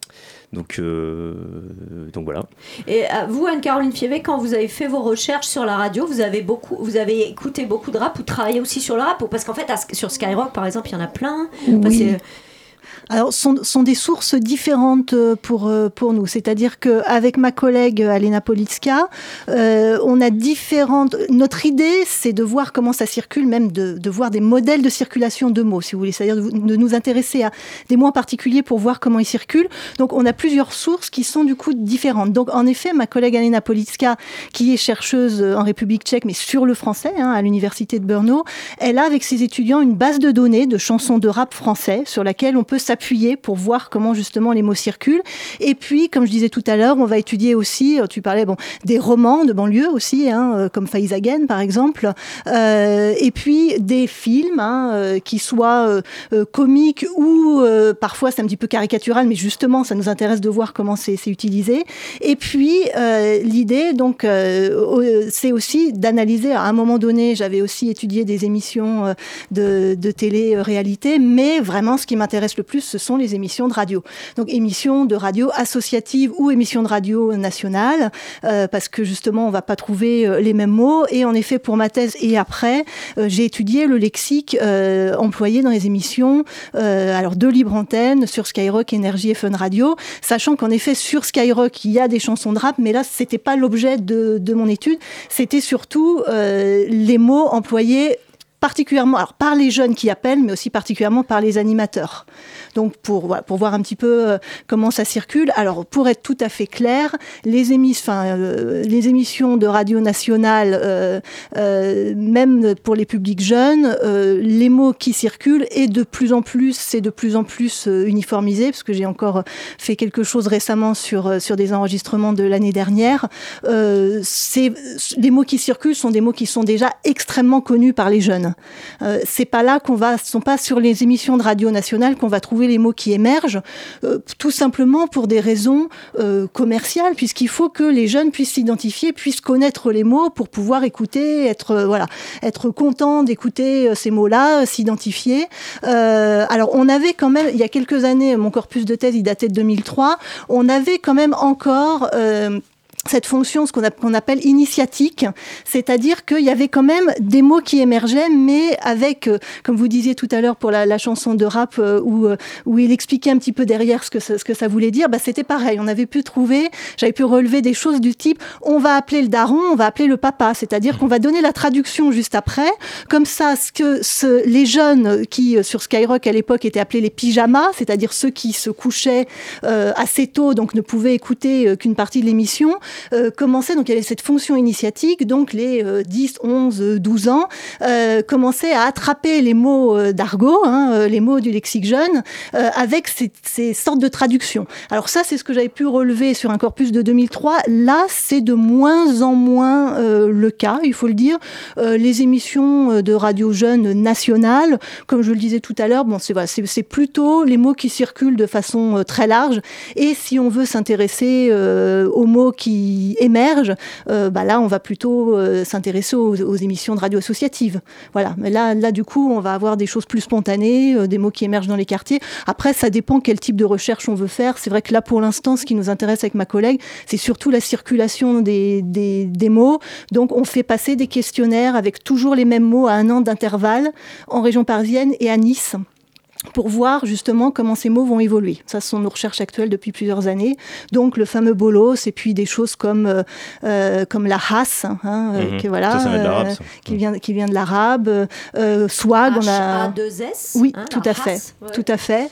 Donc, euh, donc voilà. Et euh, vous, Anne-Caroline Fievé, quand vous avez fait vos recherches sur la radio, vous avez, beaucoup, vous avez écouté beaucoup de rap ou travaillé aussi sur le rap? Parce qu'en fait, à, sur Skyrock, par exemple, il y en a plein. Oui. Enfin, c'est... Alors, sont, sont des sources différentes pour, pour nous. C'est-à-dire qu'avec ma collègue Alena Politska, euh, on a différentes... Notre idée, c'est de voir comment ça circule, même de, de voir des modèles de circulation de mots, si vous voulez. C'est-à-dire de, de nous intéresser à des mots en particulier pour voir comment ils circulent. Donc, on a plusieurs sources qui sont du coup différentes. Donc, en effet, ma collègue Alena Politska, qui est chercheuse en République tchèque, mais sur le français, hein, à l'université de Brno, elle a avec ses étudiants une base de données de chansons de rap français sur laquelle on peut s'appuyer pour voir comment justement les mots circulent. Et puis, comme je disais tout à l'heure, on va étudier aussi, tu parlais bon, des romans de banlieue aussi, hein, comme Faizagen par exemple, euh, et puis des films hein, euh, qui soient euh, comiques ou euh, parfois c'est un petit peu caricatural, mais justement ça nous intéresse de voir comment c'est, c'est utilisé. Et puis euh, l'idée donc euh, c'est aussi d'analyser, à un moment donné j'avais aussi étudié des émissions de, de télé-réalité, mais vraiment ce qui m'intéresse le plus ce sont les émissions de radio. Donc émissions de radio associatives ou émissions de radio nationales, euh, parce que justement on ne va pas trouver euh, les mêmes mots. Et en effet pour ma thèse et après, euh, j'ai étudié le lexique euh, employé dans les émissions euh, alors de libre antenne sur Skyrock, Énergie et Fun Radio, sachant qu'en effet sur Skyrock il y a des chansons de rap, mais là c'était pas l'objet de, de mon étude, c'était surtout euh, les mots employés particulièrement alors, par les jeunes qui appellent, mais aussi particulièrement par les animateurs. Donc, pour, voilà, pour voir un petit peu euh, comment ça circule. Alors, pour être tout à fait clair, les, émis- euh, les émissions de radio nationale, euh, euh, même pour les publics jeunes, euh, les mots qui circulent, et de plus en plus, c'est de plus en plus euh, uniformisé, parce que j'ai encore fait quelque chose récemment sur, euh, sur des enregistrements de l'année dernière. Euh, c'est, les mots qui circulent sont des mots qui sont déjà extrêmement connus par les jeunes. Euh, c'est pas là qu'on va, ce sont pas sur les émissions de radio nationale qu'on va trouver les mots qui émergent, euh, tout simplement pour des raisons euh, commerciales, puisqu'il faut que les jeunes puissent s'identifier, puissent connaître les mots pour pouvoir écouter, être euh, voilà, être content d'écouter euh, ces mots-là, euh, s'identifier. Euh, alors on avait quand même, il y a quelques années, mon corpus de thèse il datait de deux mille trois, on avait quand même encore euh, cette fonction, ce qu'on, a, qu'on appelle initiatique, c'est-à-dire qu'il y avait quand même des mots qui émergeaient, mais avec, euh, comme vous disiez tout à l'heure pour la, la chanson de rap, euh, où, euh, où il expliquait un petit peu derrière ce que, ce que ça voulait dire, bah, c'était pareil, on avait pu trouver, j'avais pu relever des choses du type, on va appeler le daron, on va appeler le papa, c'est-à-dire qu'on va donner la traduction juste après, comme ça, ce que ce, les jeunes qui, sur Skyrock à l'époque, étaient appelés les pyjamas, c'est-à-dire ceux qui se couchaient euh, assez tôt, donc ne pouvaient écouter euh, qu'une partie de l'émission, Euh, commençaient, donc il y avait cette fonction initiatique, donc les euh, dix, onze, douze ans, euh, commençaient à attraper les mots euh, d'argot, hein, euh, les mots du lexique jeune, euh, avec ces, ces sortes de traductions. Alors ça, c'est ce que j'avais pu relever sur un corpus de deux mille trois. Là, c'est de moins en moins euh, le cas, il faut le dire. Euh, les émissions de radio jeune nationales, comme je le disais tout à l'heure, bon, c'est, voilà, c'est, c'est plutôt les mots qui circulent de façon euh, très large. Et si on veut s'intéresser euh, aux mots qui émergent, euh, bah là on va plutôt euh, s'intéresser aux, aux émissions de radio associatives. Voilà, mais là, là du coup on va avoir des choses plus spontanées, euh, des mots qui émergent dans les quartiers. Après ça dépend quel type de recherche on veut faire. C'est vrai que là pour l'instant ce qui nous intéresse avec ma collègue c'est surtout la circulation des, des, des mots. Donc on fait passer des questionnaires avec toujours les mêmes mots à un an d'intervalle en région parisienne et à Nice, pour voir justement comment ces mots vont évoluer. Ça, ce sont nos recherches actuelles depuis plusieurs années. Donc, le fameux bolos, et puis des choses comme, euh, euh, comme la has, hein, mmh. qui, voilà, ça, ça vient de l'arabe, ça. Euh, qui, vient, qui vient de l'arabe. Euh, swag, H- on a... H A deux S Oui, hein, tout à fait. Ouais. Tout à fait.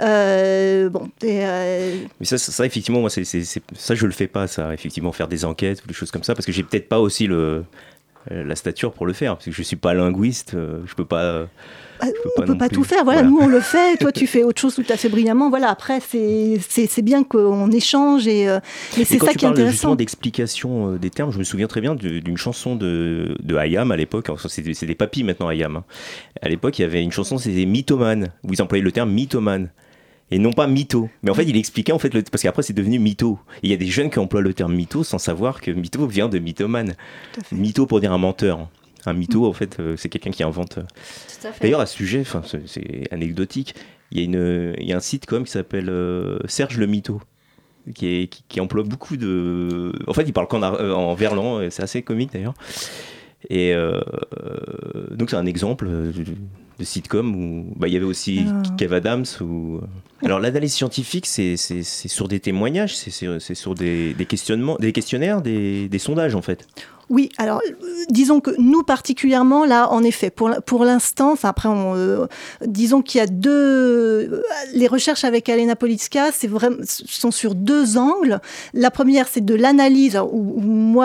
Euh, bon, et euh... Mais ça, ça, ça, effectivement, moi, c'est, c'est, c'est, ça, je le fais pas, ça, effectivement, faire des enquêtes ou des choses comme ça, parce que j'ai peut-être pas aussi le, la stature pour le faire, parce que je suis pas linguiste, je peux pas... Euh... On ne peut pas plus. tout faire, voilà, voilà. Nous on le fait, toi tu fais autre chose tout à fait brillamment, voilà, après c'est, c'est, c'est bien qu'on échange, et, euh, mais c'est ça qui est intéressant. Quand tu parles justement d'explication euh, des termes, je me souviens très bien de, d'une chanson de, de Hayam à l'époque, enfin, c'est, c'est des papis maintenant Hayam, hein. À l'époque il y avait une chanson, c'était Mythomane, où ils employaient le terme mythomane. Et non pas mytho. Mais en fait, il expliquait, en fait, le... parce qu'après, c'est devenu mytho. Et il y a des jeunes qui emploient le terme mytho sans savoir que mytho vient de mythomane. Mytho pour dire un menteur. Un mytho, en fait, euh, c'est quelqu'un qui invente. Tout à fait. D'ailleurs, à ce sujet, c'est, c'est anecdotique, il y, a une, il y a un site quand même qui s'appelle euh, Serge le Mytho. qui, est, qui, qui emploie beaucoup de... En fait, il parle qu'en ar- en verlan, et c'est assez comique d'ailleurs. Et euh, donc c'est un exemple de, de sitcom où bah, il y avait aussi ah. Kev Adams. Où... Alors l'analyse scientifique, c'est, c'est, c'est sur des témoignages, c'est, c'est, c'est sur des, des questionnements, des questionnaires, des, des sondages en fait. Oui, alors disons que nous particulièrement, là, en effet, pour, pour l'instant, enfin après, on, euh, disons qu'il y a deux... Les recherches avec Alena Politska, c'est vraiment, sont sur deux angles. La première, c'est de l'analyse, où, où moi,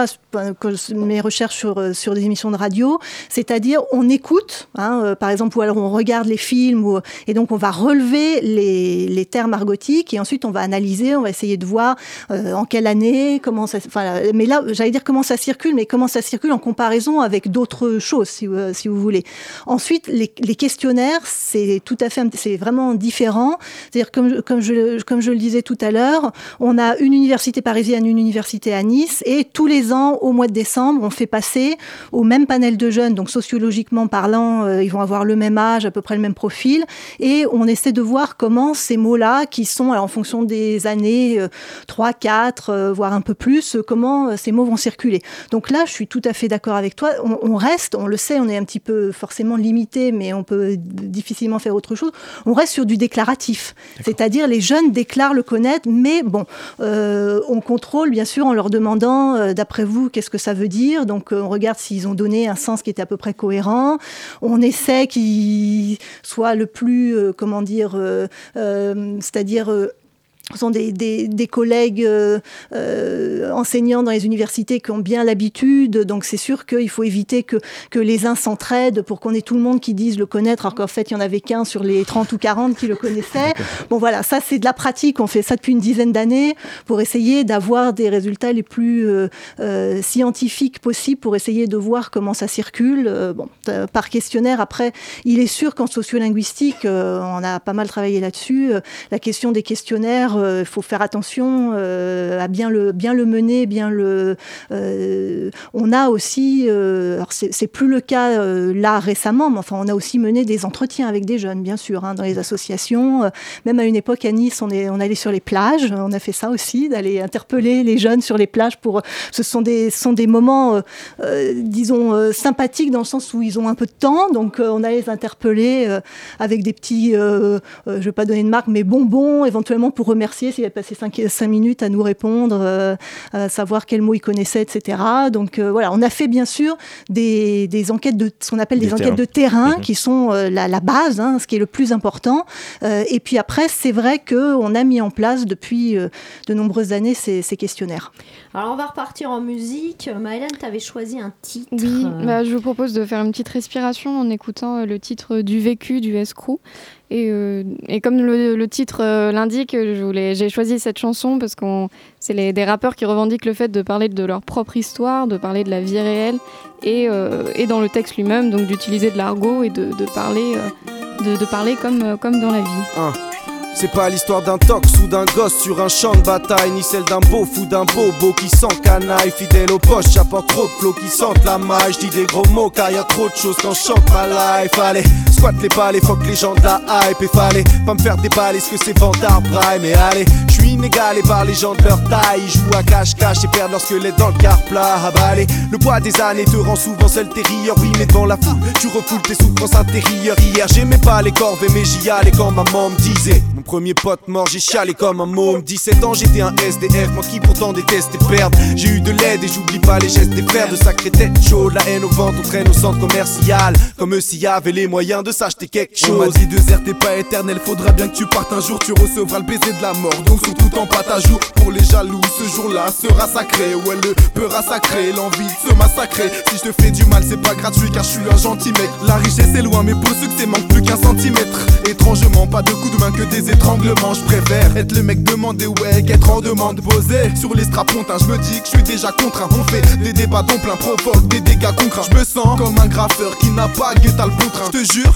mes recherches sur, sur des émissions de radio, c'est-à-dire on écoute, hein, euh, par exemple, ou alors on regarde les films, ou, et donc on va relever les, les termes argotiques, et ensuite on va analyser, on va essayer de voir euh, en quelle année, comment ça... Enfin, mais là, j'allais dire comment ça circule, mais comment ça circule en comparaison avec d'autres choses, si, euh, si vous voulez. Ensuite, les, les questionnaires, c'est tout à fait, c'est vraiment différent. C'est-à-dire, comme, comme, je, comme je le disais tout à l'heure, on a une université parisienne, une université à Nice, et tous les ans, au mois de décembre, on fait passer au même panel de jeunes, donc sociologiquement parlant, euh, ils vont avoir le même âge, à peu près le même profil, et on essaie de voir comment ces mots-là, qui sont, alors, en fonction des années, euh, trois, quatre, euh, voire un peu plus, euh, comment euh, ces mots vont circuler. Donc là, je suis tout à fait d'accord avec toi. On, on reste, on le sait, on est un petit peu forcément limité, mais on peut difficilement faire autre chose. On reste sur du déclaratif. D'accord. C'est-à-dire, les jeunes déclarent le connaître, mais bon, euh, on contrôle, bien sûr, en leur demandant, euh, d'après vous, qu'est-ce que ça veut dire. Donc, euh, on regarde s'ils ont donné un sens qui était à peu près cohérent. On essaie qu'il soit le plus, euh, comment dire, euh, euh, c'est-à-dire... Euh, Ce sont des, des, des collègues euh, euh, enseignants dans les universités qui ont bien l'habitude, donc c'est sûr qu'il faut éviter que, que les uns s'entraident pour qu'on ait tout le monde qui dise le connaître, alors qu'en fait il n'y en avait qu'un sur les trente ou quarante qui le connaissaient. Bon voilà, ça c'est de la pratique, on fait ça depuis une dizaine d'années pour essayer d'avoir des résultats les plus euh, euh, scientifiques possibles, pour essayer de voir comment ça circule. Euh, bon, euh, par questionnaire, après, il est sûr qu'en sociolinguistique, euh, on a pas mal travaillé là-dessus, euh, la question des questionnaires, il euh, faut faire attention euh, à bien le, bien le mener, bien le... Euh, on a aussi, euh, alors c'est, c'est plus le cas euh, là récemment, mais enfin on a aussi mené des entretiens avec des jeunes, bien sûr, hein, dans les associations. Euh, même à une époque à Nice, on, est, on allait sur les plages, on a fait ça aussi, d'aller interpeller les jeunes sur les plages. Pour, ce sont des, sont des moments, euh, euh, disons, euh, sympathiques dans le sens où ils ont un peu de temps, donc euh, on allait les interpeller euh, avec des petits, euh, euh, je ne vais pas donner de marque, mais bonbons, éventuellement pour remercier s'il avait passé cinq minutes à nous répondre, euh, à savoir quels mots il connaissait, et cetera. Donc euh, voilà, on a fait bien sûr des, des enquêtes de ce qu'on appelle des, des enquêtes terrains. de terrain, mmh. qui sont euh, la, la base, hein, ce qui est le plus important. Euh, et puis après, c'est vrai qu'on a mis en place depuis euh, de nombreuses années ces, ces questionnaires. Alors on va repartir en musique. Maëlène, tu avais choisi un titre. Oui, euh... bah, je vous propose de faire une petite respiration en écoutant euh, le titre Du Vécu du Escrew. Et, euh, et comme le, le titre euh, l'indique, je voulais, j'ai choisi cette chanson parce que c'est les, des rappeurs qui revendiquent le fait de parler de leur propre histoire, de parler de la vie réelle et, euh, et dans le texte lui-même, donc d'utiliser de l'argot et de, de, parler, euh, de, de parler comme, comme dans la vie. Ah. C'est pas l'histoire d'un tox ou d'un gosse sur un champ de bataille, ni celle d'un beauf ou d'un bobo qui s'encanaille. Fidèle aux poches, j'apporte trop de flots qui sentent la maille. J'dis des gros mots car y'a trop de choses quand je chante ma life. Allez, squatte les palais, fuck les gens de la hype. Et fallait pas me faire déballer ce que c'est Vantard Prime. Mais allez, j'suis inégalé par les gens de leur taille. Ils jouent à cache-cache et perdent leur squelette dans le car plat. Ah bah allez, le poids des années te rend souvent seul terrier. Oui mais devant la foule, tu refoules tes souffrances intérieures. Hier j'aimais pas les corvées mais j'y allais quand maman me disait. Premier pote mort, j'ai chialé comme un môme. Dix-sept ans, j'étais un S D F, moi qui pourtant détestais perdre. J'ai eu de l'aide et j'oublie pas les gestes des frères. De sacrées têtes chaudes, la haine au ventre, on traîne au centre commercial. Comme eux s'il y avait les moyens de s'acheter quelque chose. On m'a dit désert t'es pas éternel, faudra bien que tu partes un jour. Tu recevras le baiser de la mort, donc surtout t'en pas à jour. Pour les jaloux, ce jour-là sera sacré. Ouais, le peur a sacré, l'envie de se massacrer. Si je te fais du mal, c'est pas gratuit car je suis un gentil mec. La richesse est loin, mais pour le succès manque plus qu'un centimètre. Étrangement, pas de coups de main que des étranglements. Je préfère être le mec demandé, ouais, qu'être en demande posée. Sur les strapontins, je me dis que je suis déjà contraint. On fait des débats dont plein provoque des dégâts concrets. Je me sens comme un graffeur qui n'a pas guetté le bon train. Je te jure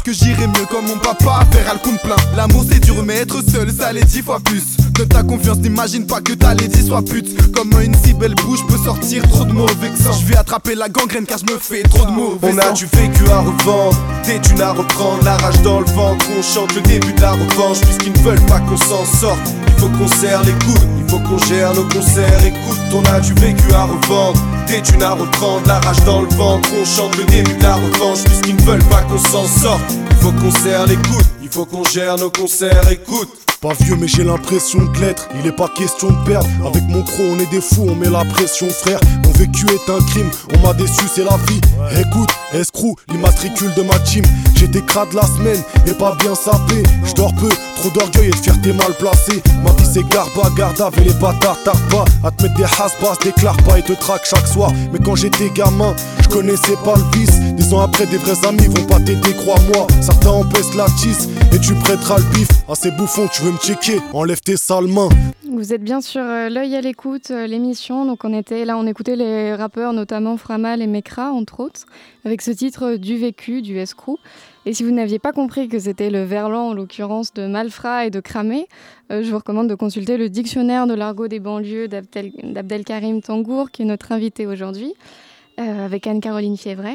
Peut-être que j'irai mieux comme mon papa, faire un compte plein. L'amour c'est dur mais être seul ça l'est dix fois plus. Donne ta confiance, n'imagine pas que ta lady soit pute. Comment une si belle bouche peut sortir trop de mauvais sang. Je vais attraper la gangrène car je me fais trop de mauvais sang. On a du vécu à revendre, des thunes à reprendre. La rage dans le ventre, on chante le début de la revanche. Puisqu'ils ne veulent pas qu'on s'en sorte, il faut qu'on serre les coudes, il faut qu'on gère nos concerts. Écoute, on a du vécu à revendre, des thunes à reprendre. La rage dans le ventre, on chante le début de la revanche. Puisqu'ils ne veulent pas qu'on s'en sorte, il faut qu'on serre les coudes, il faut qu'on gère nos concerts. Écoute, pas vieux mais j'ai l'impression de l'être. Il est pas question de perdre. Avec mon croc on est des fous, on met la pression frère. Mon vécu est un crime, on m'a déçu c'est la vie. Écoute, escroc, l'immatricule de ma team. J'étais crade la semaine et pas bien sapé. J'dors peu, trop d'orgueil et de fierté mal placée. Ma vie c'est garba, gardave et les bâtards tardent pas à te mettre des has-bas, déclare pas et te traque chaque soir. Mais quand j'étais gamin, je connaissais pas le vice. Des ans après des vrais amis vont pas t'aider, crois-moi. Certains en pèsent la tisse et tu prêteras le bif. À ces bouffons tu veux me checker, enlève tes sales mains. Vous êtes bien sur euh, l'œil à l'écoute, euh, l'émission. Donc on était là, on écoutait les rappeurs, notamment Framal et Mekra, entre autres, avec ce titre euh, du vécu, du escroc. Et si vous n'aviez pas compris que c'était le verlan, en l'occurrence de Malfrat et de Cramé, euh, je vous recommande de consulter le dictionnaire de l'argot des banlieues d'Abdel, d'Abdelkarim Tangour, qui est notre invité aujourd'hui, euh, avec Anne-Caroline Fievret.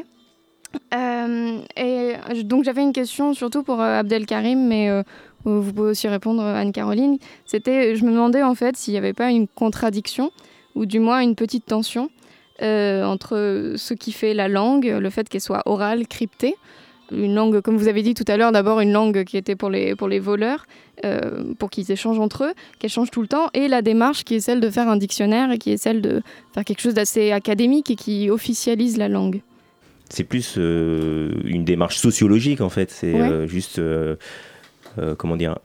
Euh, et donc j'avais une question surtout pour euh, Abdelkarim, mais euh, vous pouvez aussi répondre Anne-Caroline. C'était, je me demandais en fait s'il n'y avait pas une contradiction, ou du moins une petite tension, euh, entre ce qui fait la langue, le fait qu'elle soit orale, cryptée, une langue, comme vous avez dit tout à l'heure, d'abord une langue qui était pour les, pour les voleurs, euh, pour qu'ils échangent entre eux, qu'elle change tout le temps, et la démarche qui est celle de faire un dictionnaire, et qui est celle de faire quelque chose d'assez académique et qui officialise la langue. C'est plus euh, une démarche sociologique en fait, c'est ouais. euh, juste, euh, euh, comment dire,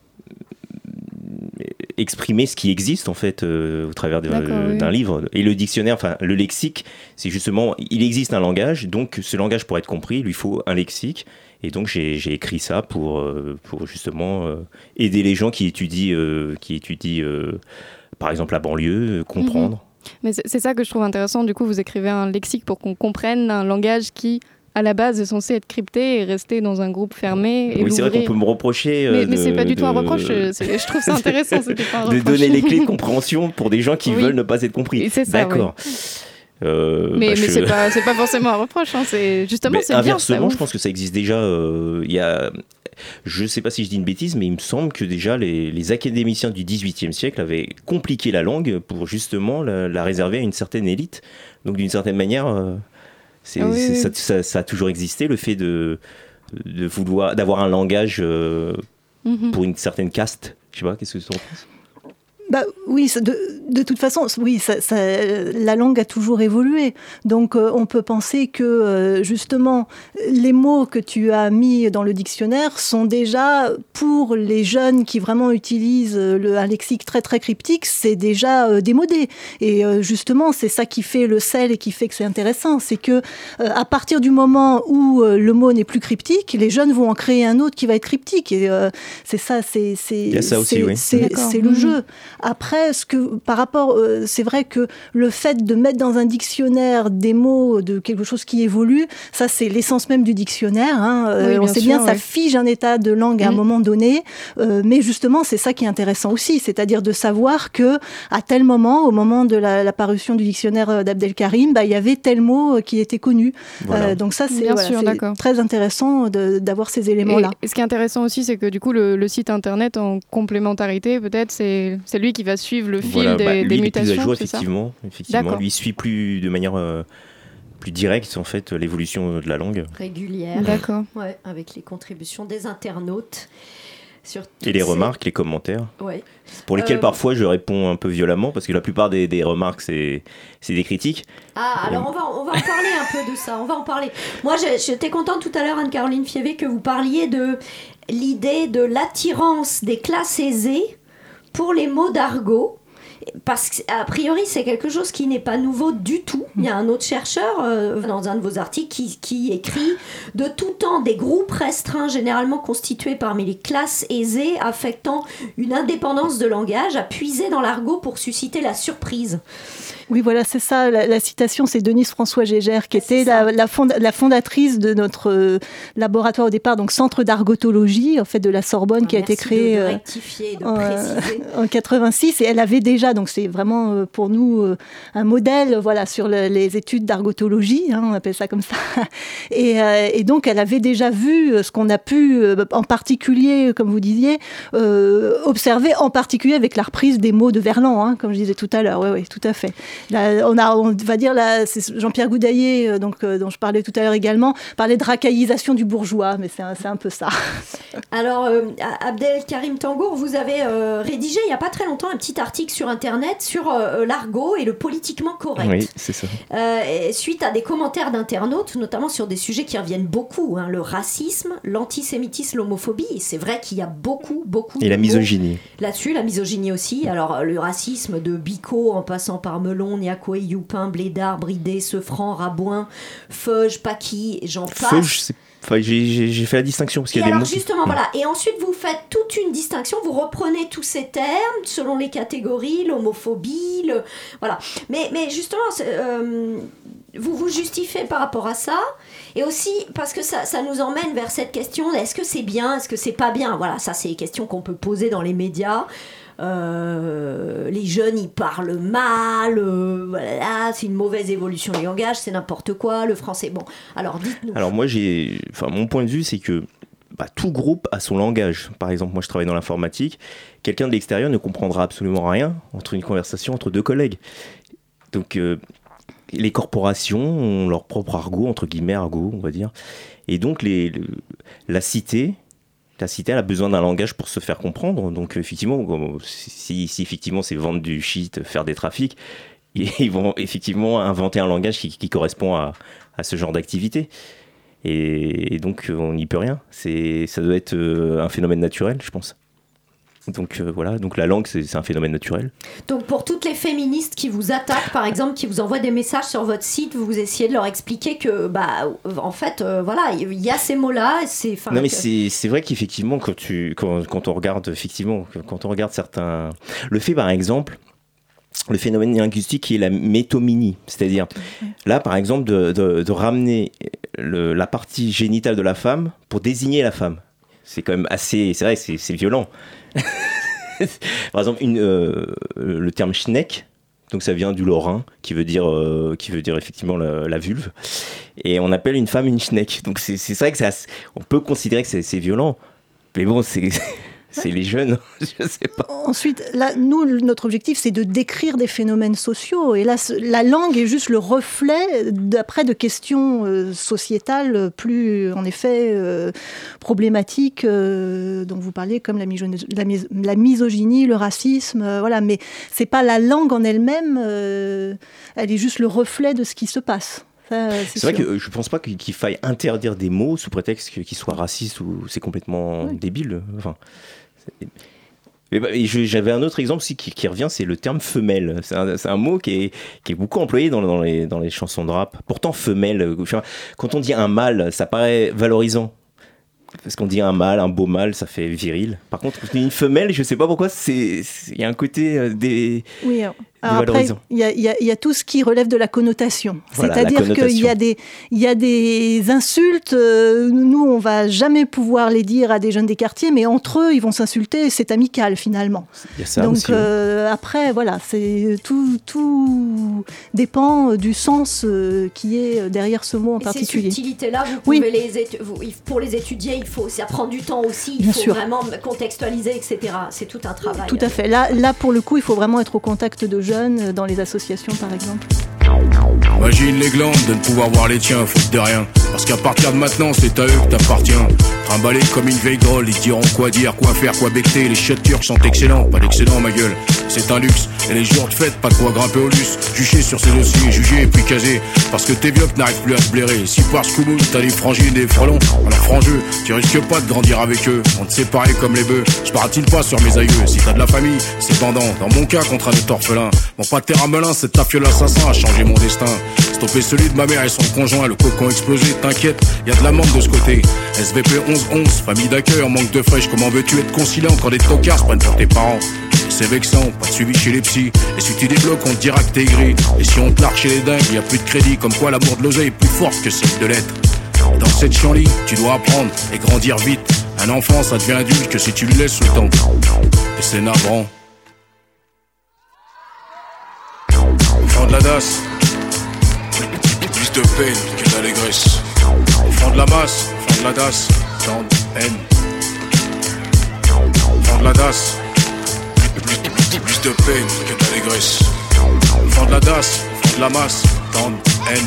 exprimer ce qui existe en fait euh, au travers de, euh, d'un oui. livre. Et le dictionnaire, enfin le lexique, c'est justement, il existe un langage, donc ce langage pour être compris, il lui faut un lexique. Et donc j'ai, j'ai écrit ça pour, euh, pour justement euh, aider les gens qui étudient, euh, qui étudient euh, par exemple la banlieue, euh, comprendre. Mm-hmm. Mais c'est ça que je trouve intéressant, du coup vous écrivez un lexique pour qu'on comprenne un langage qui, à la base, est censé être crypté et rester dans un groupe fermé. Et oui, l'ouvrir. C'est vrai qu'on peut me reprocher... Euh, mais, de, mais c'est pas du de... tout un reproche, c'est, je trouve ça intéressant, c'était pas un reproche. De donner les clés de compréhension pour des gens qui oui. veulent ne pas être compris. C'est ça, d'accord. Oui. Euh, mais bah, mais je... c'est, pas, c'est pas forcément un reproche, hein, c'est, justement mais c'est bien. Inversement, ça, je pense que ça existe déjà. Il euh, y a... Je ne sais pas si je dis une bêtise, mais il me semble que déjà les, les académiciens du dix-huitième siècle avaient compliqué la langue pour justement la, la réserver à une certaine élite. Donc d'une certaine manière, euh, c'est, ah oui, c'est, oui. Ça, ça, ça a toujours existé, le fait de, de vouloir, d'avoir un langage euh, mm-hmm. pour une certaine caste. Je ne sais pas, qu'est-ce que tu en penses ? Bah, oui, de, de toute façon, oui, ça, ça, la langue a toujours évolué. Donc, euh, on peut penser que, euh, justement, les mots que tu as mis dans le dictionnaire sont déjà, pour les jeunes qui vraiment utilisent le, un lexique très, très cryptique, c'est déjà euh, démodé. Et euh, justement, c'est ça qui fait le sel et qui fait que c'est intéressant. C'est que, euh, à partir du moment où euh, le mot n'est plus cryptique, les jeunes vont en créer un autre qui va être cryptique. Et euh, c'est ça, c'est, c'est, Il y a ça aussi, c'est, oui. c'est, c'est le mmh. jeu. Après, ce que, par rapport, euh, c'est vrai que le fait de mettre dans un dictionnaire des mots de quelque chose qui évolue, ça c'est l'essence même du dictionnaire. Hein. Euh, oui, on sait sûr, bien, ouais. ça fige un état de langue à mmh. un moment donné, euh, mais justement c'est ça qui est intéressant aussi, c'est-à-dire de savoir que à tel moment, au moment de la, la parution du dictionnaire d'Abdelkarim, bah, il y avait tel mot qui était connu. Voilà. Euh, donc ça c'est, voilà, sûr, c'est très intéressant de, d'avoir ces éléments-là. Et, et ce qui est intéressant aussi, c'est que du coup le, le site internet en complémentarité, peut-être, c'est, c'est lui qui va suivre le fil voilà, des, bah, lui, des mutations, plus à jour, c'est effectivement, ça effectivement. Lui, il suit plus de manière euh, plus directe, en fait, l'évolution de la langue. Régulière. D'accord. Ouais, avec les contributions des internautes. Sur et les ces... remarques, les commentaires. Ouais. Pour lesquels, euh... parfois, je réponds un peu violemment, parce que la plupart des, des remarques, c'est, c'est des critiques. Ah, alors on va, on va en parler un peu de ça, on va en parler. Moi, j'étais contente tout à l'heure, Anne-Caroline Fievret, que vous parliez de l'idée de l'attirance des classes aisées pour les mots d'argot, parce qu'a priori c'est quelque chose qui n'est pas nouveau du tout. Il y a un autre chercheur euh, dans un de vos articles qui, qui écrit « De tout temps, des groupes restreints généralement constitués parmi les classes aisées affectant une indépendance de langage a puisé dans l'argot pour susciter la surprise ». Oui, voilà, c'est ça. La, la citation, c'est Denise François Gégère, qui était la, la, fonda- la fondatrice de notre euh, laboratoire au départ, donc Centre d'argotologie, en fait, de la Sorbonne, ah, qui a été créé de, de rectifier, de en, préciser. en quatre-vingt-six. Et elle avait déjà, donc c'est vraiment euh, pour nous euh, un modèle, voilà, sur le, les études d'argotologie, hein, on appelle ça comme ça. Et, euh, et donc, elle avait déjà vu ce qu'on a pu, euh, en particulier, comme vous disiez, euh, observer, en particulier avec la reprise des mots de Verlan, hein, comme je disais tout à l'heure. Oui, oui, tout à fait. Là, on a, on va dire, là, c'est Jean-Pierre Goudaillé, donc, euh, dont je parlais tout à l'heure également, parlait de racaillisation du bourgeois, mais c'est un, c'est un peu ça. Alors, euh, Abdelkarim Tangour, vous avez euh, rédigé il n'y a pas très longtemps un petit article sur Internet sur euh, l'argot et le politiquement correct. Oui, c'est ça. Euh, suite à des commentaires d'internautes, notamment sur des sujets qui reviennent beaucoup, hein, le racisme, l'antisémitisme, l'homophobie. Et c'est vrai qu'il y a beaucoup, beaucoup et de la misogynie. Là-dessus, la misogynie aussi. Alors, le racisme de Bicot en passant par Melon, Niakoé, Youpin, Blédard, Bridé, Sefranc, Rabouin, Feuge, Paqui, j'en passe. Feuge, c'est... Enfin, j'ai, j'ai, j'ai fait la distinction parce qu'il y a et des alors mots. Justement, voilà. Et ensuite, vous faites toute une distinction. Vous reprenez tous ces termes selon les catégories, l'homophobie, le... voilà. Mais, mais justement, euh, vous vous justifiez par rapport à ça, et aussi parce que ça, ça nous emmène vers cette question: est-ce que c'est bien, est-ce que c'est pas bien? Voilà, ça, c'est des questions qu'on peut poser dans les médias. Euh, les jeunes ils parlent mal, euh, voilà, c'est une mauvaise évolution du langage, c'est n'importe quoi, le français. Bon, alors dites-nous. Alors moi j'ai, enfin mon point de vue c'est que bah, tout groupe a son langage. Par exemple, moi je travaille dans l'informatique, quelqu'un de l'extérieur ne comprendra absolument rien entre une conversation entre deux collègues. Donc euh, les corporations ont leur propre argot, entre guillemets argot, on va dire, et donc les, le, la cité. La cité elle a besoin d'un langage pour se faire comprendre, donc effectivement, si, si effectivement c'est vendre du shit, faire des trafics, ils vont effectivement inventer un langage qui, qui correspond à, à ce genre d'activité. Et, et donc on n'y peut rien. C'est, ça doit être un phénomène naturel, je pense. Donc euh, voilà, donc la langue c'est, c'est un phénomène naturel. Donc pour toutes les féministes qui vous attaquent, par exemple, qui vous envoient des messages sur votre site, vous essayez de leur expliquer que, bah, en fait, euh, voilà, il y a ces mots-là. C'est, non mais que... c'est, c'est vrai qu'effectivement, quand, tu, quand, quand on regarde, effectivement, quand on regarde certains... Le fait, par exemple, le phénomène linguistique qui est la métominie, c'est-à-dire, là, par exemple, de, de, de ramener le, la partie génitale de la femme pour désigner la femme. C'est quand même assez... C'est vrai, c'est, c'est violent. Par exemple, une, euh, le terme schneck, donc ça vient du lorrain, qui veut dire, euh, qui veut dire effectivement la, la vulve, et on appelle une femme une schneck. Donc c'est, c'est vrai que c'est assez, on peut considérer que c'est, c'est violent, mais bon, c'est... C'est les jeunes, je sais pas. Ensuite, là, nous, notre objectif, c'est de décrire des phénomènes sociaux. Et là, la langue est juste le reflet, d'après, de questions euh, sociétales plus, en effet, euh, problématiques euh, dont vous parliez, comme la, miso- la, mis- la misogynie, le racisme. Euh, voilà. Mais c'est pas la langue en elle-même, euh, elle est juste le reflet de ce qui se passe. Ça, c'est c'est vrai sûr. que je pense pas qu'il, qu'il faille interdire des mots sous prétexte qu'ils soient racistes ou c'est complètement oui. débile. Enfin... Mais bah, j'avais un autre exemple aussi qui, qui revient, c'est le terme femelle. C'est un, c'est un mot qui est, qui est beaucoup employé dans, dans, les, dans les chansons de rap. Pourtant, femelle, quand on dit un mâle, ça paraît valorisant. Parce qu'on dit un mâle, un beau mâle, ça fait viril. Par contre, une femelle, je sais pas pourquoi, il y a un côté des... Oui, alors, alors après, il y, y, y a tout ce qui relève de la connotation. Voilà, c'est-à-dire qu'il y a des, il y a des insultes, euh, nous, on va jamais pouvoir les dire à des jeunes des quartiers, mais entre eux, ils vont s'insulter, c'est amical, finalement. Il y a ça Donc, aussi, euh, oui. Après, voilà, c'est, tout, tout dépend du sens euh, qui est derrière ce mot en Et particulier. Ces subtilités-là, vous pouvez oui. les étu- vous, pour les étudier, il faut, ça prend du temps aussi, il Bien faut sûr. vraiment contextualiser, et cetera. C'est tout un travail. Tout à fait. Là, là, pour le coup, il faut vraiment être au contact de jeunes, dans les associations, par exemple. Imagine les glandes de ne pouvoir voir les tiens, faute de rien. Parce qu'à partir de maintenant, c'est à eux que t'appartiens. Trimballés comme une vieille drôle, ils diront quoi dire, quoi faire, quoi becter. Les chiottes turcs sont excellents, pas d'excellent ma gueule. C'est un luxe, et les jours de fête, pas de quoi grimper au luxe. Juché sur ces dossiers, jugé et puis casé. Parce que tes vieux n'arrivent plus à se blairer. Si par Scoumoun, t'as des frangines, des frelons, alors frangeux, tu risques pas de grandir avec eux. On te sépare comme les bœufs, je baratine pas sur mes aïeux. Si t'as de la famille, c'est pendant. Dans mon cas, contre un autre orphelin. Mon pater à Melun, cet tafiole assassin a changé mon destin. Stopper celui de ma mère et son conjoint, le cocon explosé, t'inquiète, y'a de l'amende de ce côté. S V P onze onze, famille d'accueil, en manque de fraîche, comment veux-tu être conciliant quand des tocards se prennent pour tes parents? c'est vexant, pas de suivi chez les psys. Et si tu débloques, on te dira que t'es gris. Et si on te largue chez les dingues, y a plus de crédit. Comme quoi l'amour de l'oseille est plus fort que celle de l'être. Et dans cette chienlit, tu dois apprendre et grandir vite. Un enfant, ça devient adulte que si tu lui laisses le temps. Et c'est navrant. Enfant de la D A S, plus de peine que d'allégresse. Enfant de la masse, enfant de la D A S, tant de haine. Enfant de la D A S, plus, plus, plus de peine que d'allégresse. Enfant de la D A S, enfant de la masse, tant de haine.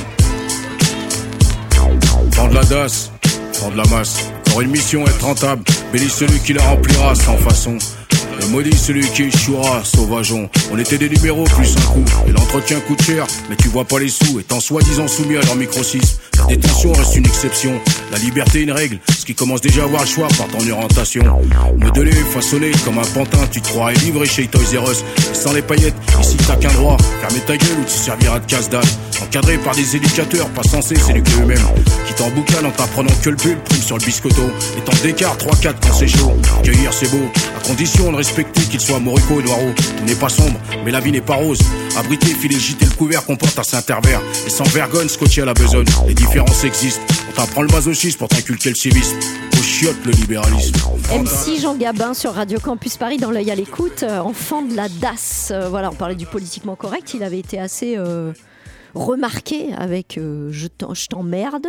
Enfant de la D A S, enfant de la masse. Pour une mission être rentable, bénis celui qui la remplira sans façon. Le maudit celui qui échouera, sauvageon. On était des numéros plus un coup. Et l'entretien coûte cher, mais tu vois pas les sous. Étant soi-disant soumis à leur microcisme, la détention reste une exception. La liberté une règle, ce qui commence déjà à avoir le choix par ton orientation. Modelé, façonné comme un pantin, tu te croirais livré chez Toys R Us. Et sans les paillettes, ici t'as qu'un droit. Fermer ta gueule ou tu serviras de casse-dalle. Encadré par des éducateurs, pas censés s'éduquer eux-mêmes. Qui t'emboucanent en t'apprenant que le bulle prime sur le biscotto. Et tant d'écart, trois quatre quand c'est chaud. Cueillir c'est beau, à condition de respecter qu'il soit morico et noiro. Tout n'est pas sombre, mais la vie n'est pas rose. Abriter, filer, gîter le couvert comporte à Saint-Hervert. Et sans vergogne, scotché à la besogne. Les différences existent. On t'apprend le masochisme pour t'inculquer le civisme. Au chiotte le libéralisme. M C Jean Gabin sur Radio Campus Paris dans l'œil à l'écoute. Euh, enfant de la D A S. Euh, voilà, on parlait du politiquement correct. Il avait été assez euh, remarqué avec euh, Je t'emmerde.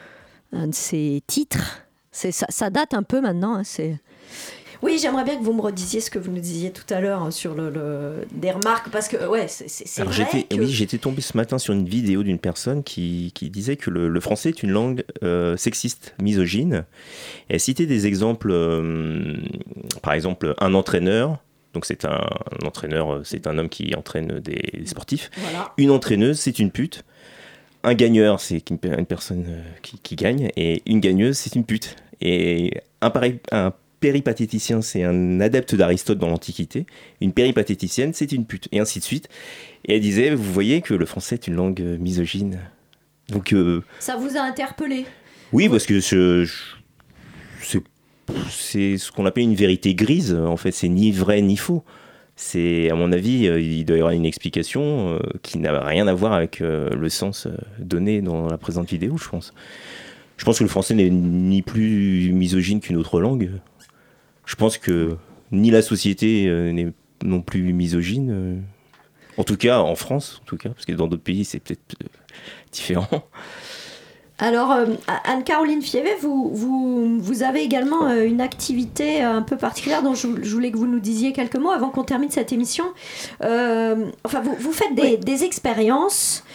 Un de ses titres. C'est, ça, ça date un peu maintenant. Hein, c'est... Oui, j'aimerais bien que vous me redisiez ce que vous nous disiez tout à l'heure sur le, le... des remarques, parce que ouais, c'est, c'est, c'est Alors, vrai j'étais, que... Oui, j'étais tombé ce matin sur une vidéo d'une personne qui, qui disait que le, le français est une langue euh, sexiste, misogyne. Et elle citait des exemples, euh, par exemple, un entraîneur. Donc c'est un, un entraîneur, c'est un homme qui entraîne des, des sportifs. Voilà. Une entraîneuse, c'est une pute. Un gagneur, c'est une, une personne qui, qui gagne. Et une gagneuse, c'est une pute. Et un pareil... Un péripatéticien, c'est un adepte d'Aristote dans l'Antiquité. Une péripatéticienne, c'est une pute. Et ainsi de suite. Et elle disait, vous voyez que le français est une langue misogyne. Donc, euh, ça vous a interpellé ? Oui, parce que je, je, c'est, c'est ce qu'on appelle une vérité grise. En fait, c'est ni vrai ni faux. C'est, à mon avis, il doit y avoir une explication qui n'a rien à voir avec le sens donné dans la présente vidéo, je pense. Je pense que le français n'est ni plus misogyne qu'une autre langue. Je pense que ni la société euh, n'est non plus misogyne, euh, en tout cas en France, en tout cas, parce que dans d'autres pays c'est peut-être euh, différent. Alors euh, Anne-Caroline Fievet, vous, vous, vous avez également euh, une activité un peu particulière dont je, je voulais que vous nous disiez quelques mots avant qu'on termine cette émission. Euh, enfin, vous, vous faites des, oui. des expériences.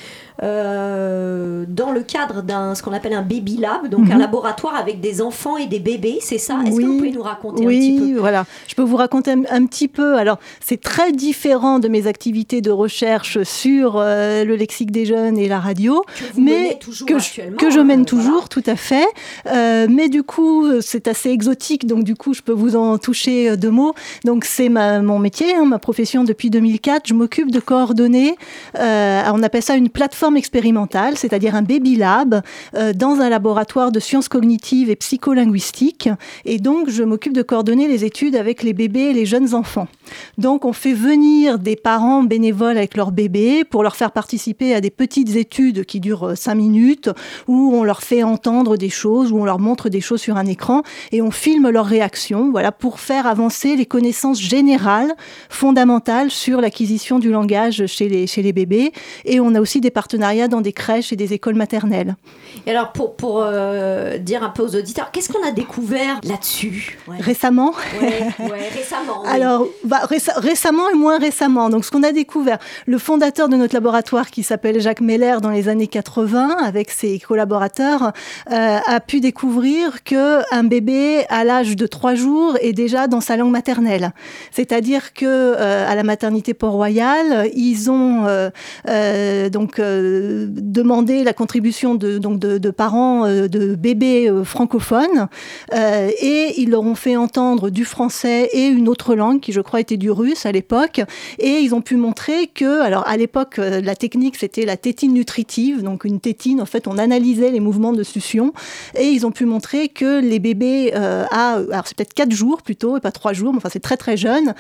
Euh, dans le cadre d'un ce qu'on appelle un baby lab, donc mm-hmm. un laboratoire avec des enfants et des bébés, c'est ça ? Est-ce oui. que vous pouvez nous raconter oui, un petit peu ? Oui, voilà. Je peux vous raconter un, un petit peu. Alors, c'est très différent de mes activités de recherche sur euh, le lexique des jeunes et la radio, que vous mais menez toujours que, actuellement, que je mène euh, toujours, voilà. Tout à fait. Euh, mais du coup, c'est assez exotique, donc du coup, je peux vous en toucher deux mots. Donc, c'est ma, mon métier, hein, ma profession depuis deux mille quatre. Je m'occupe de coordonner. Euh, on appelle ça une plateforme expérimentale, c'est-à-dire un baby lab euh, dans un laboratoire de sciences cognitives et psycholinguistiques. Et donc, je m'occupe de coordonner les études avec les bébés et les jeunes enfants. Donc, on fait venir des parents bénévoles avec leurs bébés pour leur faire participer à des petites études qui durent cinq minutes, où on leur fait entendre des choses, où on leur montre des choses sur un écran et on filme leurs réactions, voilà, pour faire avancer les connaissances générales, fondamentales sur l'acquisition du langage chez les, chez les bébés. Et on a aussi des partenariats dans des crèches et des écoles maternelles. Et alors, pour, pour euh, dire un peu aux auditeurs, qu'est-ce qu'on a découvert là-dessus ? ouais. Récemment ouais, ouais, récemment. Oui. Alors, bah, réc- récemment et moins récemment. Donc, ce qu'on a découvert, le fondateur de notre laboratoire, qui s'appelle Jacques Meller, dans les années quatre-vingts, avec ses collaborateurs, euh, a pu découvrir qu'un bébé, à l'âge de trois jours, est déjà dans sa langue maternelle. C'est-à-dire que euh, à la maternité Port-Royal, ils ont euh, euh, donc euh, euh, demandé la contribution de, donc de, de parents euh, de bébés euh, francophones euh, et ils leur ont fait entendre du français et une autre langue qui je crois était du russe à l'époque, et ils ont pu montrer que, alors à l'époque euh, la technique c'était la tétine nutritive, donc une tétine, en fait on analysait les mouvements de succion, et ils ont pu montrer que les bébés euh, à, alors c'est peut-être quatre jours plutôt et pas trois jours, mais enfin c'est très très jeune,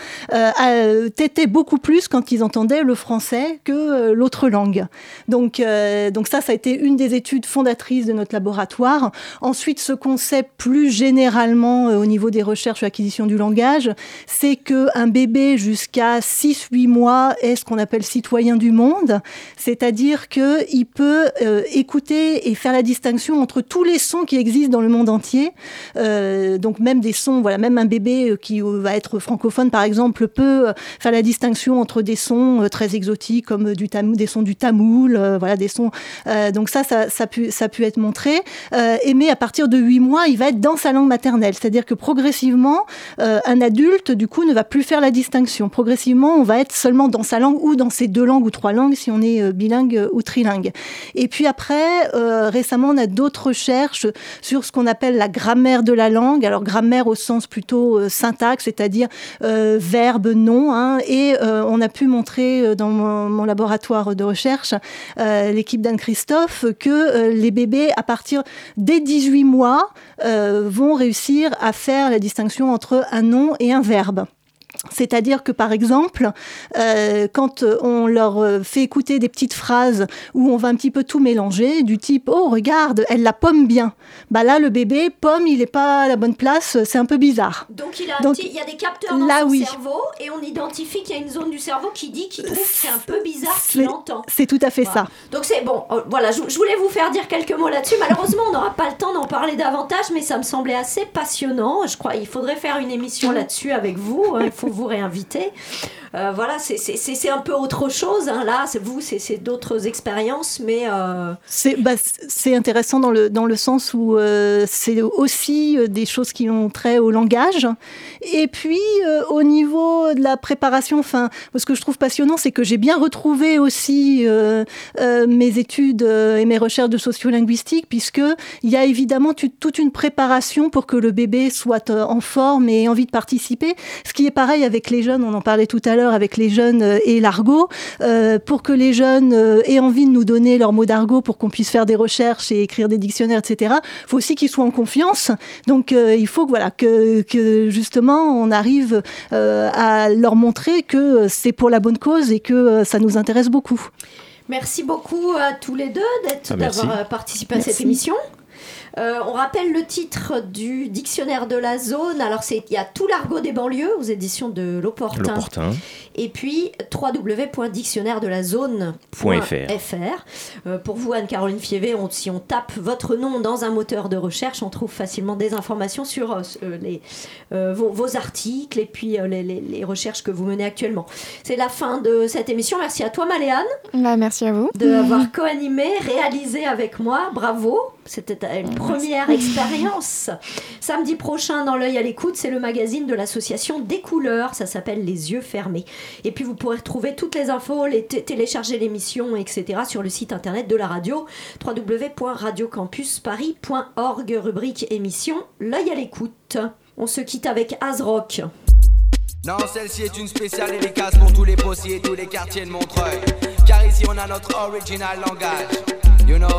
euh, tétaient beaucoup plus quand ils entendaient le français que euh, l'autre langue. Donc, euh, donc ça, ça a été une des études fondatrices de notre laboratoire. Ensuite, ce qu'on sait plus généralement euh, au niveau des recherches sur l'acquisition du langage, c'est qu'un bébé jusqu'à six huit mois est ce qu'on appelle citoyen du monde, c'est-à-dire qu'il peut euh, écouter et faire la distinction entre tous les sons qui existent dans le monde entier. Euh, donc même des sons, voilà, même un bébé qui va être francophone par exemple peut faire la distinction entre des sons très exotiques comme du tam- des sons du tamoul, euh, voilà, des sons. Euh, donc ça, ça, ça, a pu, ça a pu être montré. Euh, et mais à partir de huit mois, il va être dans sa langue maternelle, c'est-à-dire que progressivement, euh, un adulte du coup ne va plus faire la distinction. Progressivement, on va être seulement dans sa langue ou dans ses deux langues ou trois langues si on est euh, bilingue euh, ou trilingue. Et puis après, euh, récemment, on a d'autres recherches sur ce qu'on appelle la grammaire de la langue. Alors grammaire au sens plutôt euh, syntaxe, c'est-à-dire euh, verbe, nom, hein, et euh, on a pu montrer euh, dans mon, mon laboratoire de recherche, euh, l'équipe d'Anne-Christophe, que euh, les bébés, à partir des dix-huit mois, euh, vont réussir à faire la distinction entre un nom et un verbe. C'est-à-dire que, par exemple, euh, quand on leur fait écouter des petites phrases où on va un petit peu tout mélanger, du type « Oh, regarde, elle la pomme bien », bah là, le bébé, pomme, il n'est pas à la bonne place, c'est un peu bizarre. Donc, il, a Donc, petit, il y a des capteurs dans là, son oui. cerveau et on identifie qu'il y a une zone du cerveau qui dit, qui trouve que c'est un peu bizarre ce C'est, qu'il entend. c'est tout à fait Voilà. ça. Donc, c'est bon. Euh, voilà, je, je voulais vous faire dire quelques mots là-dessus. Malheureusement, on n'aura pas le temps d'en parler davantage, mais ça me semblait assez passionnant. Je crois qu'il faudrait faire une émission là-dessus avec vous. Hein, il faut vous réinviter. Euh, voilà, c'est, c'est, c'est, c'est un peu autre chose. Hein, là, c'est vous, c'est, c'est d'autres expériences, mais... Euh... C'est, bah, c'est intéressant dans le, dans le sens où euh, c'est aussi des choses qui ont trait au langage. Et puis, euh, au niveau de la préparation, enfin, ce que je trouve passionnant, c'est que j'ai bien retrouvé aussi euh, euh, mes études euh, et mes recherches de sociolinguistique, puisqu'il y a évidemment tu, toute une préparation pour que le bébé soit euh, en forme et ait envie de participer. Ce qui est pareil avec les jeunes, on en parlait tout à l'heure avec les jeunes euh, et l'argot. Euh, pour que les jeunes euh, aient envie de nous donner leurs mots d'argot pour qu'on puisse faire des recherches et écrire des dictionnaires, et cetera, il faut aussi qu'ils soient en confiance. Donc, euh, il faut voilà, que, que justement, on arrive euh, à leur montrer que c'est pour la bonne cause et que euh, ça nous intéresse beaucoup. Merci beaucoup à tous les deux d'être, ah, d'avoir participé à merci. cette émission. Euh, on rappelle le titre du dictionnaire de la zone. Alors, c'est, il y a tout l'argot des banlieues aux éditions de L'Opportun. L'Opportun. Et puis, w w w point dictionnaire de la zone point f r. Euh, pour vous, Anne-Caroline Fievé, on, si on tape votre nom dans un moteur de recherche, on trouve facilement des informations sur euh, les, euh, vos, vos articles et puis euh, les, les, les recherches que vous menez actuellement. C'est la fin de cette émission. Merci à toi, Maléane. Bah, merci à vous. D'avoir mmh. co-animé, réalisé avec moi. Bravo. C'était une première expérience. Samedi prochain, dans l'œil à l'écoute, c'est le magazine de l'association Des Couleurs. Ça s'appelle Les Yeux Fermés. Et puis, vous pourrez retrouver toutes les infos, les t- télécharger l'émission, et cetera sur le site internet de la radio, w w w point radio campus paris point org, rubrique émission L'œil à l'écoute. On se quitte avec ASRock. Non, celle-ci est une spéciale dédicace pour tous les postiers et tous les quartiers de Montreuil. Car ici, on a notre original langage. You know?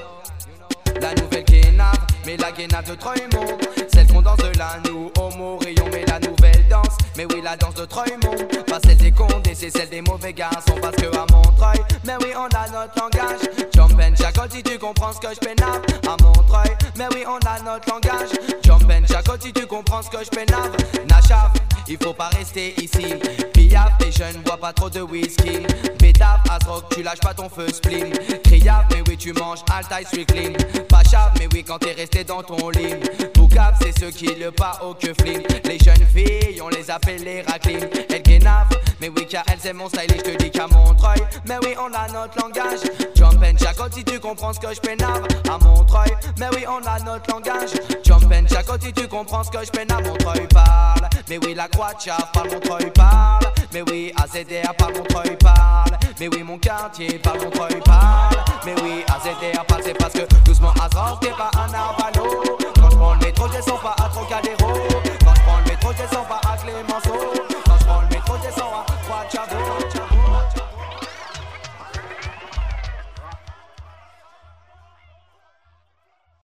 La nouvelle guénave, mais la guénave de Troyemont. Celle qu'on danse de là, nous, homo, rayon, mais la nouvelle danse. Mais oui, la danse de Troyemont. Pas celle des condés, c'est celle des mauvais garçons. Parce que à Montreuil, mais oui, on a notre langage. Jump and chacotte si tu comprends ce que je pénave. À Montreuil, mais oui, on a notre langage. Jump and chacotte si tu comprends ce que je pénave. Nachave, il faut pas rester ici. Piaf, les jeunes bois pas trop de whisky. Bédave, ASRock, tu lâches pas ton feu spleen. Criave, mais oui, tu manges Altaï Sweetling. Pas chave, mais oui, quand t'es resté dans ton lit. Boucave, c'est ceux qui le pas au que flim. Les jeunes filles, on les appelle les raclines. Elles guénavent, mais oui, car elles aiment mon style et je te dis qu'à Montreuil, mais oui, on a notre langage. Jump and chacotte si tu comprends ce que je pénave. À Montreuil, mais oui, on a notre langage. Jump and chacotte si tu comprends ce que je pénave. Montreuil parle, mais oui, la croix de chave parle, Montreuil parle. Mais oui, A Z D A parle, Montreuil parle. Mais oui, mon quartier parle, mon treuil parle. Mais oui, A Z D R parle, c'est parce que doucement Azor, t'es pas un avalo. Quand je prends le métro, je descends pas à Trocadéro. Quand je prends le métro, je descends pas à Clémenceau.